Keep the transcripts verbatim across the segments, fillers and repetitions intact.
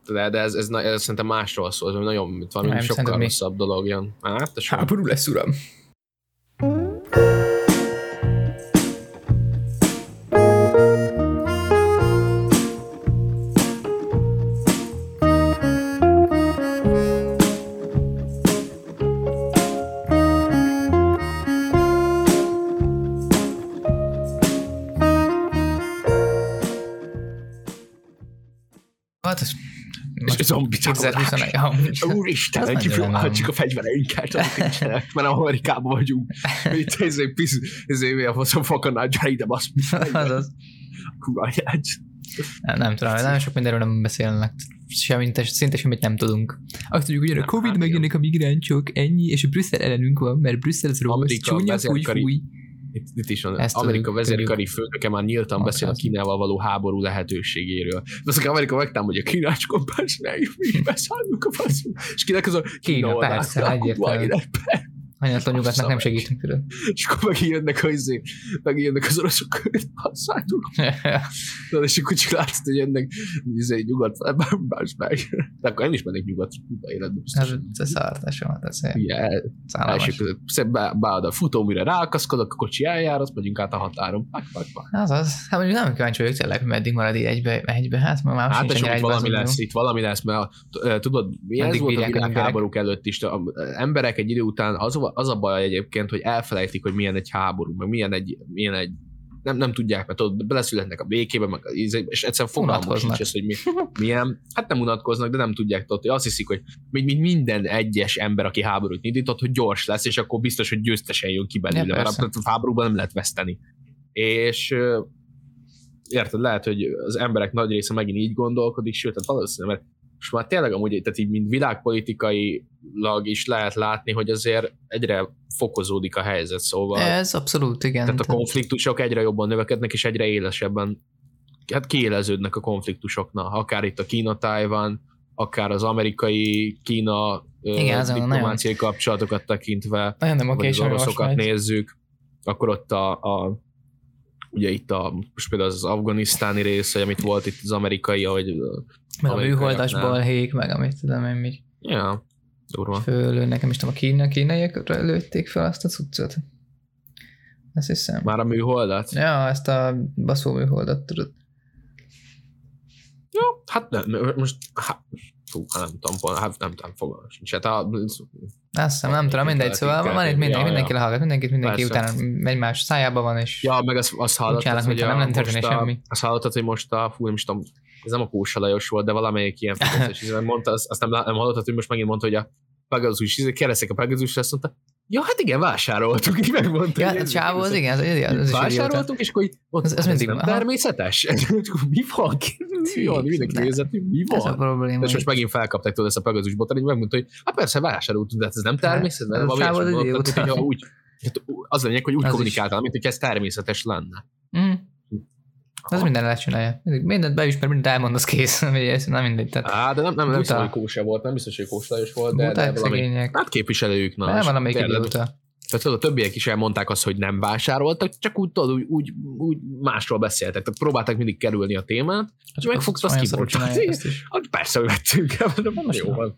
De, de ez, ez, ez szerintem másról szól, ez nagyon, valami nem, sokkal rosszabb dolog jön. Hát, háború lesz, uram. Úristen, kifoghatjuk a fegyvereinket, mert Amerikában vagyunk. Itt ezért pisz, ezért mi a faszom fokanágyra ide basz. Azaz. Nem, nem tudom, nagyon sok mindenről nem beszélnek. Semmint, szinte semmit nem tudunk. Azt tudjuk, hogy a Covid megjönnek a migránsok, ennyi, és a Brüsszel ellenünk van, mert Brüsszel az rossz, csúnya, fúj, fúj. Itt, itt is van, Ezt Amerika vezérkari főnöke már nyíltan beszél a Kínával való háború lehetőségéről. De azok Amerika megtámadja a Kínát, és kompás, ne, mi beszállunk a faszunk. És kinek az a Kína, Kína persze, egyértelműen. Hanyatlan nyugatnak nem segítünk külön. És akkor megjönnek az, megjönnek az oroszok, hogy basszálltuk. Na, és akkor csak látszott, hogy jönnek nyugat, más meg. De akkor én is mennék nyugat életben. Ez szartásomat, ez első között szebb beáld a futóműre, ráakaszkodok, a kocsi eljár, azt megyünk át a határon. Az az. Hát mondjuk nem kíváncsi vagyok tényleg, hogy meddig marad így egybe, egybe. Hát ma már hát, sincs valami lesz, itt valami lesz, mert tudod, mi ez volt a világháborúk előtt is. Emberek egy idő után az az a baj egyébként, hogy elfelejtik, hogy milyen egy háború, meg milyen egy, milyen egy nem, nem tudják, mert ott beleszületnek a békébe, meg az, és egyszerűen fogalmuk sincs ez, hogy mi, milyen, hát nem unatkoznak, de nem tudják, tudod, hogy azt hiszik, hogy mint minden egyes ember, aki háborút indított, hogy gyors lesz, és akkor biztos, hogy győztesen jön ki belőle, ja, mert a háborúban nem lehet veszteni. És érted, lehet, hogy az emberek nagy része megint így gondolkodik, sőt, tehát valószínűleg, mert most már tényleg amúgy, tehát így mint világpolitikailag is lehet látni, hogy azért egyre fokozódik a helyzet, szóval. Ez abszolút, igen. Tehát a konfliktusok egyre jobban növekednek, és egyre élesebben hát kiéleződnek a konfliktusoknak. Akár itt a Kína-Tájván, akár az amerikai-Kína diplomáciai kapcsolatokat tekintve, vagy az oroszokat nézzük, akkor ott a, a ugye itt a, most például az afganisztáni rész, amit volt itt az amerikai, ahogy meg a műholdasból hék, meg amit tudom én mi. Ja, durva. Fölő, nekem is tudom, a kína, kínaiak lőtték fel azt a cuccot. Ezt hiszem. Már a műholdat? Ja, ezt a baszó műholdat, tudod. Jó, hát nem, most, hát, fú, nem tudom, hát nem tudom, fogalmam sincs. Hát a... Azt hiszem, nem tudom, mindegy, szóval van itt mindenki, ja, mindenki ja. lehallgat, mindenkit, mindenki persze. Utána egymás szájában van, és ja, meg azt, azt hallottad, hogy nem nem történik semmi. Azt hallottad, hogy most a, fú, nem is tudom, ez nem a Kósa Lajos volt, de valamelyik ilyen és mondta, azt, azt nem, nem hallottad, hogy most megint mondta, hogy a Pegasus, kérdezték a Pegasus, azt mondta, ja, hát igen, vásároltuk, így megmondta. Ja, a csávó, az igen, az, az vásároltunk, és akkor így mondta, ez, ez nem aha. természetes? Mi van? Mi van? Mindenki nézett, mi van? Ez a probléma. És most megint felkapták tőle ezt a Pegasus botán, így megmondta, hogy hát persze vásároltunk, de hát ez nem természetes. A csávó az idióta. Az lényeg, hogy úgy kommunikáltál, mint hogy ez természetes lenne. Az minden lecsinálja. Mindent beismer, mindent elmondasz, kész. Nem mindegy. Tehát á, de nem, nem, nem szóval, hogy Kósa volt, nem biztos, hogy Kósa Lajos volt, de, de valami hát képviselőjük. Na, nem valamelyik idióta. Tehát a többiek is elmondták azt, hogy nem vásároltak, csak úgy, tudod, úgy, úgy, úgy másról beszéltek. Tehát próbálták mindig kerülni a témát, és megfogta azt kibocsátani. Persze, hogy vettünk el, de van jó van.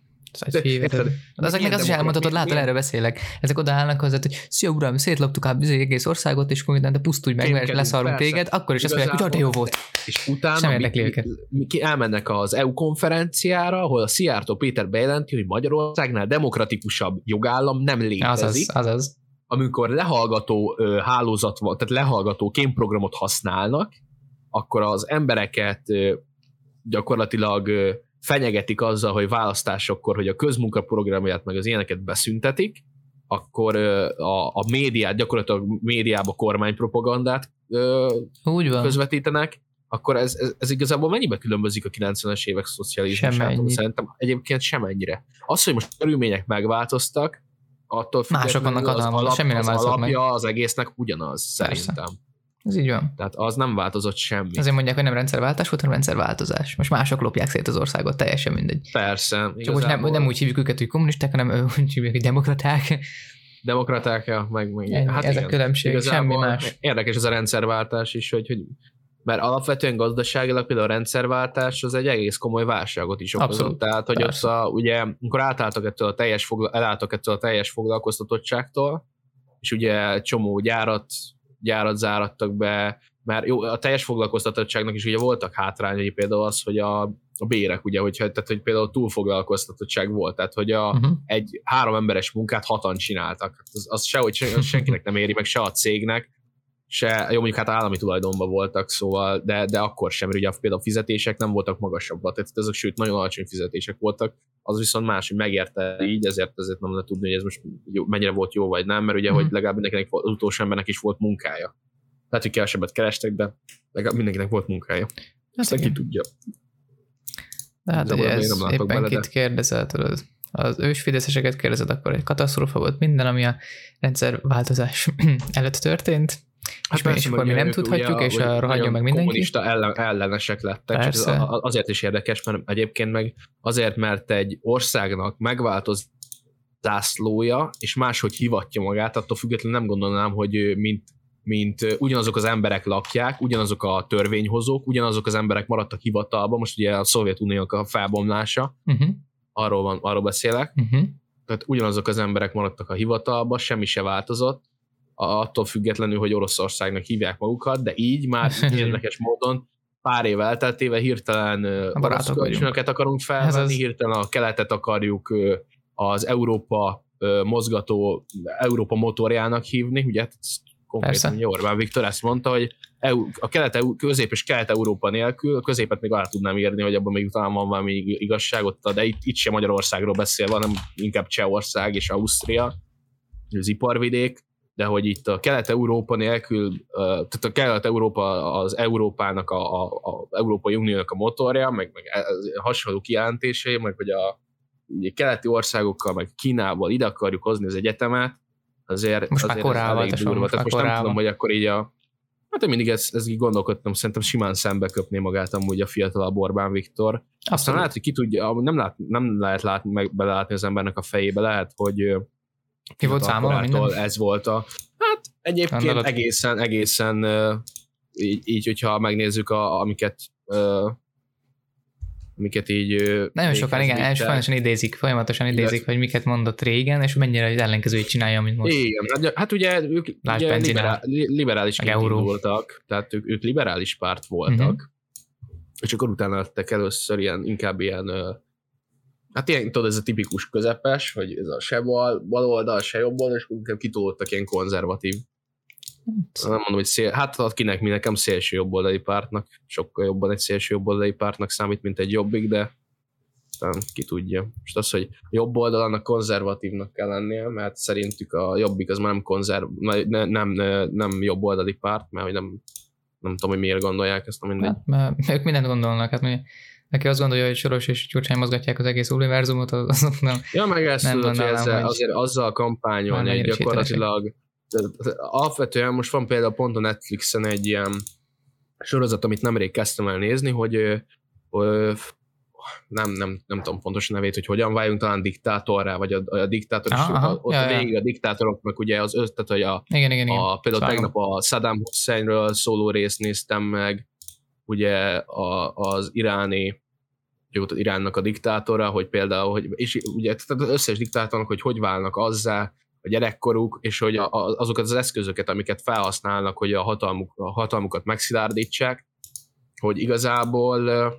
De ezeknek azt is elmondhatod, látod, erről beszélek. Ezek odaállnak hozzá, hogy szia uram, szétloptuk az egész országot, és akkor de pusztulj meg, mert leszarunk téged, akkor is azt mondják, hogy jó volt. És utána elmennek az é u konferenciára, ahol a Szijjártó Péter bejelenti, hogy Magyarországnál demokratikusabb jogállam nem létezik. Azaz, azaz. Amikor lehallgató hálózat, tehát lehallgató kémprogramot használnak, akkor az embereket gyakorlatilag fenyegetik azzal, hogy választásokkor, hogy a közmunkaprogramját meg az ilyeneket beszüntetik, akkor a, a médiát, gyakorlatilag médiába kormánypropagandát úgy van. közvetítenek, akkor ez, ez, ez igazából mennyibe különbözik a kilencvenes évek szocializmusától? Szerintem egyébként semennyire. Az, hogy most körülmények megváltoztak, attól mások vannak az, alap, semmi nem az alapja meg. Az egésznek ugyanaz, persze. Szerintem. Ez így van. Tehát az nem változott semmi. Azért mondják, hogy nem rendszerváltás volt, hanem rendszerváltozás. Most mások lopják szét az országot, teljesen mindegy. Persze. Csak most nem, nem úgy hívjuk őket, hogy kommunisták, hanem úgy hívjuk, hogy demokraták. Demokraták, ja, meg, meg Ennyi, hát ez igen, a különbség, semmi más. Érdekes ez a rendszerváltás is, hogy, hogy mert alapvetően gazdaságilag például a rendszerváltás az egy egész komoly válságot is okozott. Abszolút, tehát, hogy persze. Ott a, ugye, amikor átálltak ettől a teljes, fogla- elálltak ettől a teljes foglalkoztatottságtól, és ugye csomó gyárat, gyárat zárattak be, mert jó, a teljes foglalkoztatottságnak is ugye voltak hátrányai, például az, hogy a, a bérek, ugye, hogyha, tehát, hogy például túlfoglalkoztatottság volt, tehát, hogy a, uh-huh. egy három emberes munkát hatan csináltak. Az, az sehogy senkinek nem éri, meg se a cégnek, se, jó, mondjuk hát állami tulajdonban voltak, szóval, de, de akkor sem, mert ugye például a fizetések nem voltak magasabbak, tehát ezek sőt nagyon alacsony fizetések voltak, az viszont más, hogy megérte így, ezért ezért nem lehet tudni, hogy ez most jó, mennyire volt jó vagy nem, mert ugye, mm-hmm. hogy legalább mindenkinek az utolsó embernek is volt munkája. Tehát, hogy kevesebbet kerestek, de legalább mindenkinek volt munkája. Ezt ki tudja. De hát ugye ez éppen bele, kit de... kérdezel, tudod. Az ősfideszeseket kérdezed, akkor egy katasztrófa volt minden, ami a rendszerváltozás előtt történt. Hát és, persze, és akkor mi nem tudhatjuk, ugye, és a rohadjon meg mindenki. Kommunista ellen, ellenesek lettek, csak ez azért is érdekes, mert egyébként meg azért, mert egy országnak megváltoz zászlója, és máshogy hivatja magát, attól függetlenül nem gondolnám, hogy mint, mint ugyanazok az emberek lakják, ugyanazok a törvényhozók, ugyanazok az emberek maradtak hivatalban, most ugye a Szovjetuniónak a felbomlása, uh-huh. arról, van, arról beszélek, uh-huh. tehát ugyanazok az emberek maradtak a hivatalban, semmi se változott, attól függetlenül, hogy Oroszországnak hívják magukat, de így már érdekes módon pár év elteltével hirtelen orosz kölcsönöket akarunk felvenni, az... hirtelen a keletet akarjuk az Európa mozgató, Európa motorjának hívni, ugye konkrétan Orbán Viktor ezt mondta, hogy a kelet, közép és kelet-európa nélkül, a középet még alá tudnám írni, hogy abban még talán van valami igazságot, de itt, itt sem Magyarországról beszélve, hanem inkább Csehország és Ausztria, az iparvidék, de hogy itt a Kelet-Európa nélkül, tehát a Kelet-Európa az Európának, a, a, a Európai Uniónak a motorja, meg, meg hasonló kijelentései, meg hogy a ugye, keleti országokkal, meg Kínával ide akarjuk hozni az egyetemet, azért, most azért ez elég durva. Tehát most nem tudom, hogy akkor így a... Hát én mindig ezt, ezt így gondolkodtam, szerintem simán szembe köpné magát amúgy a fiatalabb Orbán Viktor. Aztán lehet, hogy ki tudja, nem, lát, nem lehet látni, meg belelátni az embernek a fejébe, lehet, hogy ki volt számolva ez volt a... Hát egyébként Andalat. egészen, egészen így, így, hogyha megnézzük, a, amiket amiket így... Nagyon sokan, igen, és folyamatosan idézik, folyamatosan idézik, illet... hogy miket mondott régen, és mennyire az ellenkezőjét csinálja, amit most. Igen, hát ugye ők ugye liberál, liberálisként indultak, tehát ők, ők liberális párt voltak, uh-huh. és akkor utána lettek először ilyen, inkább ilyen, hát ilyen, tudod, ez a tipikus közepes, hogy ez a se bal, bal oldal, se jobb oldal, és inkább kitolódtak ilyen konzervatív. Nem mondom, hogy szél, hát akinek mi nekem szélső jobboldali pártnak, sokkal jobban egy szélső jobboldali pártnak számít, mint egy jobbik, de aztán ki tudja. Most az, hogy jobb oldalnak konzervatívnak kell lennie, mert szerintük a jobbik az már nem konzerv, nem, nem, nem jobboldali párt, mert hogy nem, nem tudom, hogy miért gondolják ezt, mindegy. Hát, mert ők mindent gondolnak, hát mi, neki azt gondolja, hogy Soros és Gyurcsány mozgatják az egész univerzumot, azok nem. Ja, meg ezt tudod, hogy ezzel, azért azzal kampányolni, hogy gyakorlatilag alapvetően most van például pont a Netflixen egy ilyen sorozat, amit nemrég kezdtem el nézni, hogy ö, nem, nem, nem tudom pontosan nevét, hogy hogyan váljunk talán diktátorrá, vagy a, a diktátor, aha, aha, ott ja, végig ja. a diktátoroknak ugye az össz, tehát hogy a, igen, igen, a például szóval tegnap a Saddam Husseinről szóló részt néztem meg, ugye a, az iráni, ugye ott Iránnak a diktátora, hogy például, hogy, és ugye tehát az összes diktátornak, hogy hogy válnak azzá, a gyerekkoruk, és hogy a, a, azokat az eszközöket, amiket felhasználnak, hogy a, hatalmuk, a hatalmukat megszilárdítsák, hogy igazából uh,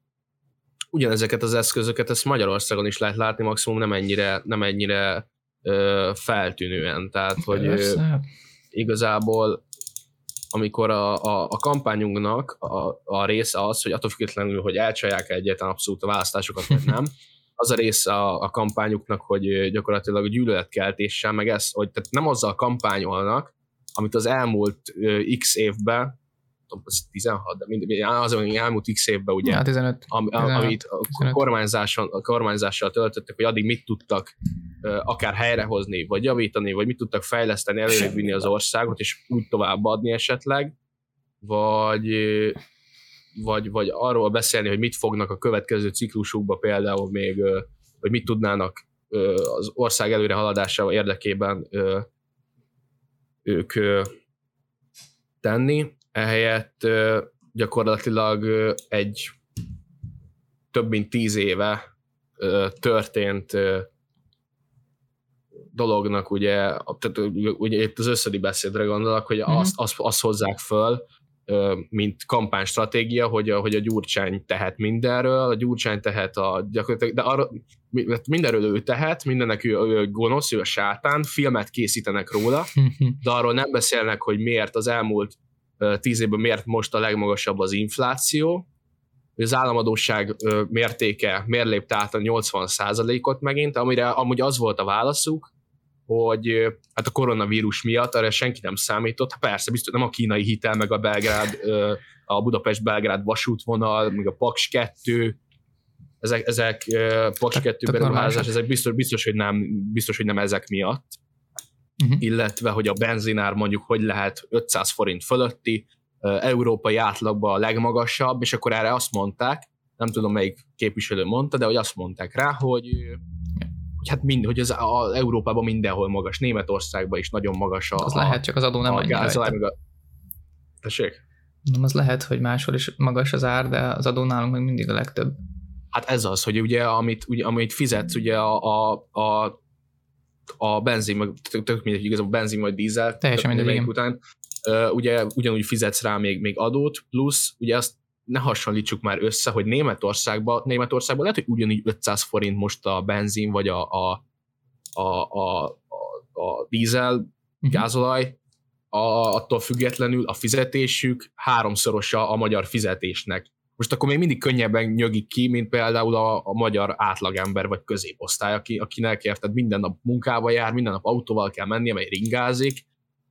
ugyanezeket az eszközöket, ezt Magyarországon is lehet látni, maximum nem ennyire, nem ennyire uh, feltűnően. Tehát, hogy uh, igazából amikor a, a, a kampányunknak a, a része az, hogy attól függetlenül, hogy elcsalják egyáltalán abszolút a választásokat, vagy nem, az a része a, a kampányuknak, hogy gyakorlatilag a gyűlöletkeltéssel, meg ez, hogy tehát nem azzal kampányolnak, amit az elmúlt uh, x évben, tudom, az tizenhat, de mindegy, az elmúlt x évben, ugye, ja, tizenöt, am, tizenöt, amit a, kormányzáson, a kormányzással töltöttek, hogy addig mit tudtak uh, akár helyrehozni, vagy javítani, vagy mit tudtak fejleszteni, előre vinni az országot, és úgy továbbadni esetleg, vagy... Vagy, vagy arról beszélni, hogy mit fognak a következő ciklusukba például még, hogy mit tudnának az ország előre haladása érdekében ők tenni. Ehelyett gyakorlatilag egy több mint tíz éve történt dolognak, ugye, tehát ugye itt az összödi beszédre gondolok, hogy mm-hmm. azt, azt, azt hozzák föl, mint kampánystratégia, hogy a, hogy a Gyurcsány tehet mindenről, a Gyurcsány tehet a gyakorlatilag, de arra, mindenről ő tehet, mindennek ő, ő gonosz, ő a sátán, filmet készítenek róla, de arról nem beszélnek, hogy miért az elmúlt tíz évben miért most a legmagasabb az infláció, az államadósság mértéke miért lépte át a nyolcvan százalékot megint, amire amúgy az volt a válaszuk, hogy hát a koronavírus miatt arra senki nem számított. Hát persze, biztos nem a kínai hitel, meg a Belgrád, a Budapest-Belgrád vasútvonal, meg a Paks kettő, ezek, ezek Paks kettő beruházás, ezek biztos, biztos, hogy nem, biztos, hogy nem ezek miatt. Uh-huh. Illetve, hogy a benzinár mondjuk hogy lehet ötszáz forint fölötti, európai átlagban a legmagasabb, és akkor erre azt mondták, nem tudom melyik képviselő mondta, de hogy azt mondták rá, hogy, hogy hát mind, hogy az, az Európában mindenhol magas, Németországban is nagyon magas a az a, lehet, csak az adó nem annyi rajta. Tessék? Nem, az lehet, hogy máshol is magas az ár, de az adó nálunk még mindig a legtöbb. Hát ez az, hogy ugye amit, ugye, amit fizetsz ugye a, a, a, a benzin, meg tök mindegy, igazából benzin vagy dízel, teljesen mindegy, után, uh, ugye ugyanúgy fizetsz rá még, még adót, plusz ugye azt ne hasonlítsuk már össze, hogy Németországban, Németországban lehet, hogy ugyanígy ötszáz forint most a benzin, vagy a, a, a, a, a, a dízel, uh-huh. gázolaj, a, attól függetlenül a fizetésük háromszorosa a magyar fizetésnek. Most akkor még mindig könnyebben nyögik ki, mint például a, a magyar átlagember vagy középosztály, aki, akinek érted, minden nap munkába jár, minden nap autóval kell mennie, amely ringázik,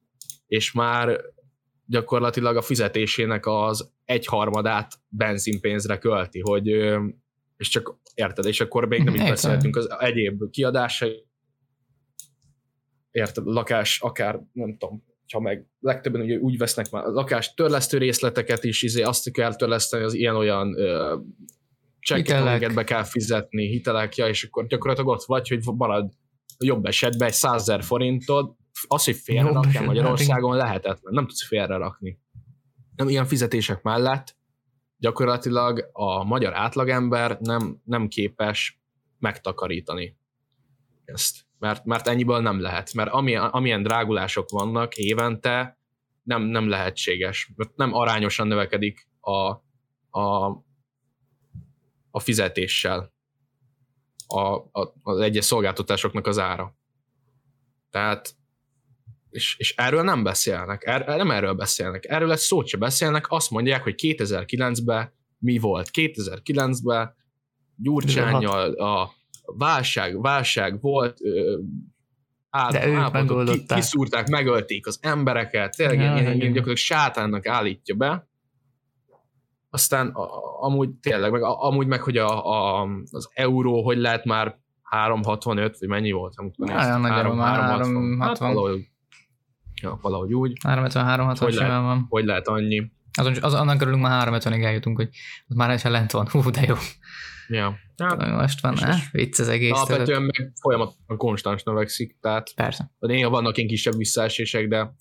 és már gyakorlatilag a fizetésének az egyharmadát benzinpénzre költi, hogy és csak érted, és akkor még nem is beszéltünk az egyéb kiadásai, érted, lakás, akár nem tudom, ha meg legtöbben ugye úgy vesznek már lakás törlesztő részleteket is, izé azt kell törleszteni, az ilyen-olyan csekkeket, amiket be kell fizetni, hitelek, ja, és akkor gyakorlatilag ott vagy, hogy marad jobb esetben egy százezer forintod, az, hogy félre rakjál Magyarországon lehetetlen, nem tudsz félre rakni. Nem, ilyen fizetések mellett gyakorlatilag a magyar átlagember nem, nem képes megtakarítani ezt. Mert, mert ennyiből nem lehet. Mert amilyen, amilyen drágulások vannak évente, nem, nem lehetséges. Mert nem arányosan növekedik a, a, a fizetéssel a, a, az egyes szolgáltatásoknak az ára. Tehát és, és erről nem beszélnek. Er, nem erről beszélnek. Erről egy szót se beszélnek. Azt mondják, hogy kétezer-kilencben mi volt. kétezer-kilencben Gyurcsánnyal a válság, válság volt, állapotok, ki, kiszúrták, megölték az embereket, tényleg ja, ilyen, ilyen gyakorlatilag sátánnak állítja be. Aztán a, amúgy tényleg, meg, a, amúgy meg, hogy a, a, az euró, hogy lehet már három hatvanöt, vagy mennyi volt? három hatvan. Hát valahogy, ja, valahogy úgy. három hetven-három hatvan simán van. Hogy lehet annyi? Azon, az, annak örülünk már három hetvenig eljutunk, hogy az már egyszer lent van. Hú, de jó. Ja. Hát, most van, eh? Vicc az egész. Alapvetően meg folyamatosan konstans növekszik, tehát persze. Néha vannak ilyen kisebb visszaesések, de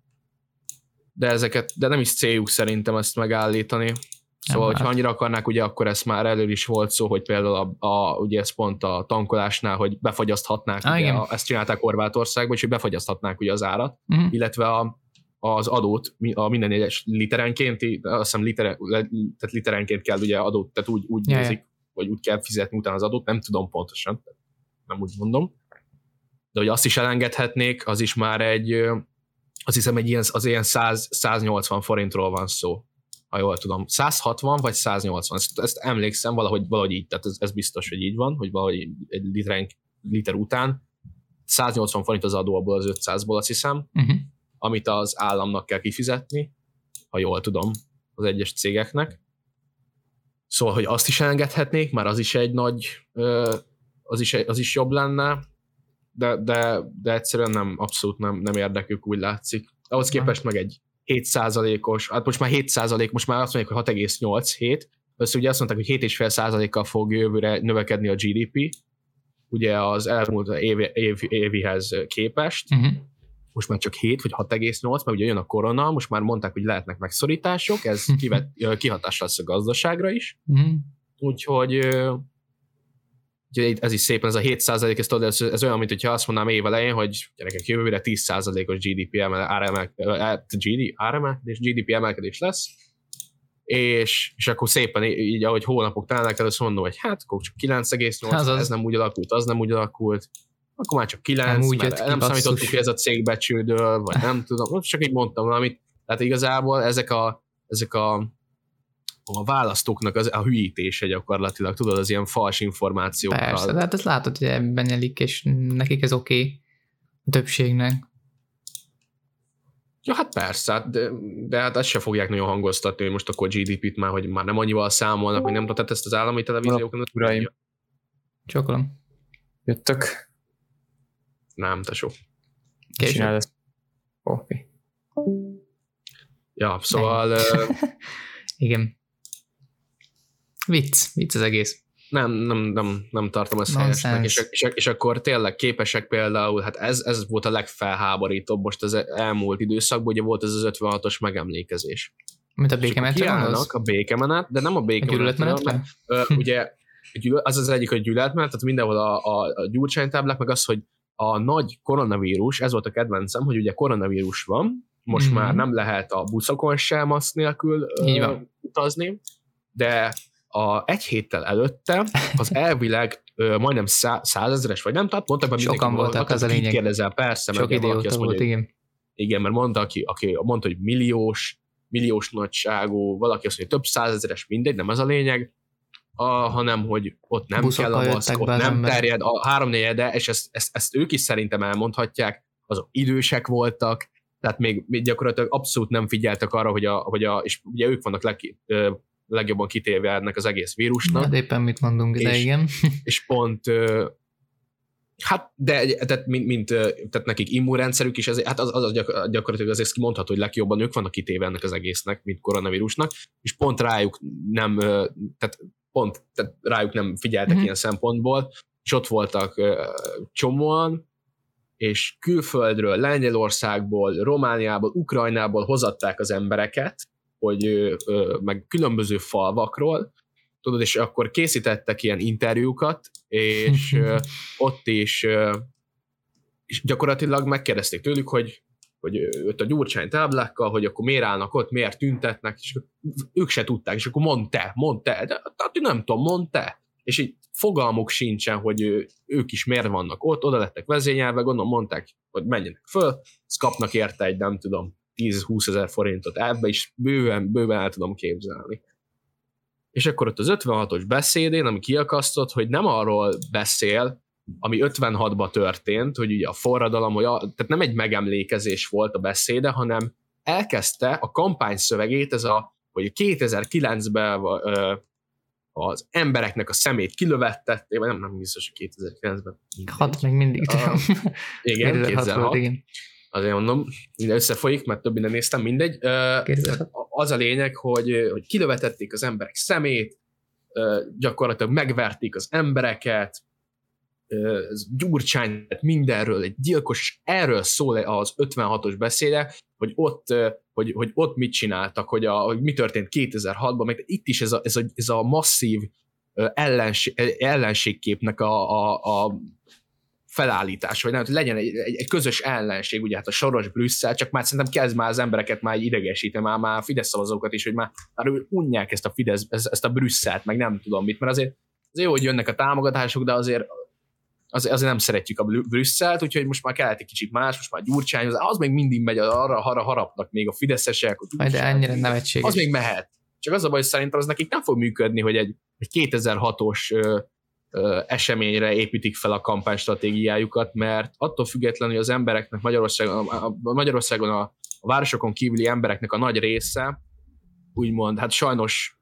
de ezeket, de nem is céljuk szerintem ezt megállítani. Szóval, hogyha annyira akarnák, ugye akkor ez már elő is volt szó, hogy például a, a, ugye ez pont a tankolásnál, hogy befagyaszthatnák, ah, ugye, a, ezt csinálták Horvátországban, és hogy befagyaszthatnák ugye az árat, uh-huh. illetve a, az adót a minden egyes literenkénti, azt hiszem liter, tehát literenként kell ugye adót, tehát úgy, úgy nézik, yeah. vagy úgy kell fizetni utána az adót, nem tudom pontosan, nem úgy mondom, de hogy azt is elengedhetnék, az is már egy, azt hiszem egy ilyen, az ilyen száz, száznyolcvan forintról van szó, ha jól tudom, száz hatvan vagy száznyolcvan, ezt, ezt emlékszem, valahogy, valahogy így, tehát ez, ez biztos, hogy így van, hogy valahogy egy literenk, liter után száznyolcvan forint az adó abból az ötszázból, azt hiszem, uh-huh. amit az államnak kell kifizetni, ha jól tudom, az egyes cégeknek. Szóval, hogy azt is elengedhetnék, már az is egy nagy, az is, az is jobb lenne, de, de, de egyszerűen nem, abszolút nem, nem érdekük, úgy látszik. Ahhoz képest meg egy hét százalékos, hát most már hét százalék, most már azt mondják, hogy hat egész nyolc hét, össze ugye azt mondták, hogy hét egész öt százalékkal fog jövőre növekedni a gé dé pé, ugye az elmúlt év, év, évihez képest, uh-huh. most már csak hét vagy hat egész nyolc, mert ugye jön a korona, most már mondták, hogy lehetnek megszorítások, ez kivet, kihatással lesz a gazdaságra is. Mm. Úgyhogy ez is szépen, ez a hét százalék, ez, tudod, ez, ez olyan, mint hogyha azt mondanám év elején, hogy gyerekek, jövőre tíz százalékos gé dé pé emelkedés, gé dé pé emelkedés lesz, és, és akkor szépen így, ahogy hónapok telnek, először mondom, hogy hát akkor csak kilenc egész nyolc, ez nem úgy alakult, az nem úgy alakult, akkor már csak kilenc, nem, mert nem számítottuk, hogy ez a cég becsődöl, vagy nem tudom, csak így mondtam valamit. Tehát igazából ezek a, ezek a, a választóknak az, a hülyítése gyakorlatilag, tudod, az ilyen fals információkkal. Persze, de hát ezt látod, hogy ebben nyelik, és nekik ez oké, okay, a többségnek. Ja, hát persze, de, de hát ezt se fogják nagyon hangoztatni, hogy most akkor gé dé pét már, hogy már nem annyival számolnak, hogy nem tudod, ezt az állami televíziókon. Uraim. Csokolom. Jöttök? Nem, tesó. Később. Oké. Okay. Ja, szóval... Igen. Vicc, vicc az egész. Nem, nem, nem, nem tartom ezt helyesnek, és, és, és akkor tényleg képesek például, hát ez, ez volt a legfelháborítóbb most az elmúlt időszakban, ugye volt ez az ötvenhatos megemlékezés. Mint a békemenetre kiállnak a békemenet, de nem a békemenetre. Ugye az az egyik, hogy gyűlöletmenet, tehát mindenhol a, a, a gyurcsánytáblák, meg az, hogy a nagy koronavírus, ez volt a kedvencem, hogy ugye koronavírus van, most mm-hmm. már nem lehet a buszokon sem maszk nélkül uh, utazni, de a egy héttel előtte az elvileg ö, majdnem szá, százezeres, vagy nem, tehát mondtak, hogy sokan voltak, az a lényeg. Kérdezel, persze, sok mert valaki azt mondja, volt, igen. Igen, mert mondta, aki, aki mondta, hogy milliós, milliós nagyságú, valaki azt mondja, több százezeres, mindegy, nem ez a lényeg, a, hanem, hogy ott nem kell a maszk, ott nem ember. terjed, a háromnegyede, és ezt, ezt, ezt ők is szerintem elmondhatják, azok idősek voltak, tehát még, még gyakorlatilag abszolút nem figyeltek arra, hogy a, hogy a és ugye ők vannak leg, legjobban kitéve ennek az egész vírusnak. Hát éppen mit mondunk, de és, igen. És pont, hát, de tehát, mint, mint, tehát nekik immunrendszerük is, ezért, hát az, az gyakorlatilag azért kimondható, hogy legjobban ők vannak kitéve ennek az egésznek, mint koronavírusnak, és pont rájuk nem, tehát pont tehát rájuk nem figyeltek mm-hmm. ilyen szempontból, és ott voltak csomóan, és külföldről, Lengyelországból, Romániából, Ukrajnából hozatták az embereket, hogy ö, ö, meg különböző falvakról, tudod, és akkor készítettek ilyen interjúkat, és ö, ott is ö, és gyakorlatilag megkérdezték tőlük, hogy, hogy ott a Gyurcsány táblákkal, hogy akkor miért állnak ott, miért tüntetnek, és ők se tudták, és akkor mondd te, mondd te, de hát nem tudom, mondd te. És így fogalmuk sincsen, hogy ők is miért vannak ott, oda lettek vezényelve, gondolom mondták, hogy menjenek föl, ezt kapnak érte egy, nem tudom, tíz-húsz ezer forintot, ebbe is bőven, bőven el tudom képzelni. És akkor ott az ötvenhatos beszédén, ami kiakasztott, hogy nem arról beszél, ami ötvenhatban történt, hogy ugye a forradalom, hogy a, tehát nem egy megemlékezés volt a beszéde, hanem elkezdte a kampány szövegét, ez a, hogy kétezer-kilencben ö, az embereknek a szemét kilövettették, vagy nem, nem biztos, hogy kétezer-kilencben. Hat még mindig. Uh, igen, kétezer-hat. Igen. Azért mondom, minden összefolyik, mert több minden néztem, mindegy. Uh, az a lényeg, hogy, hogy kilövetették az emberek szemét, uh, gyakorlatilag megverték az embereket, uh, Gyurcsány mindenről, egy gyilkos, és erről szól az ötvenhatos beszéde, hogy ott, uh, hogy, hogy ott mit csináltak, hogy, a, hogy mi történt kétezer-hatban, meg itt is ez a, ez a, ez a masszív uh, ellenség, ellenségképnek a, a, a felállítás, vagy nem, hogy legyen egy, egy, egy közös ellenség, ugye hát a soros Brüsszel, csak már szerintem kezd már az embereket már idegesíteni, már, már Fidesz szavazókat is, hogy már, már unják ezt a Fidesz, ezt a Brüsszelt, meg nem tudom mit, mert azért, azért jó, hogy jönnek a támogatások, de azért, azért, azért nem szeretjük a Brüsszelt, úgyhogy most már kellett egy kicsit más, most már Gyurcsány, az, az még mindig megy, arra, arra harapnak még a fideszesek, a de ennyire nevetséges. Az még mehet. Csak az a baj, hogy szerintem az nekik nem fog működni, hogy egy, egy kétezer-hatos eseményre építik fel a kampánystratégiájukat, mert attól függetlenül, hogy az embereknek Magyarországon, a, Magyarországon a, a városokon kívüli embereknek a nagy része, úgymond, hát sajnos,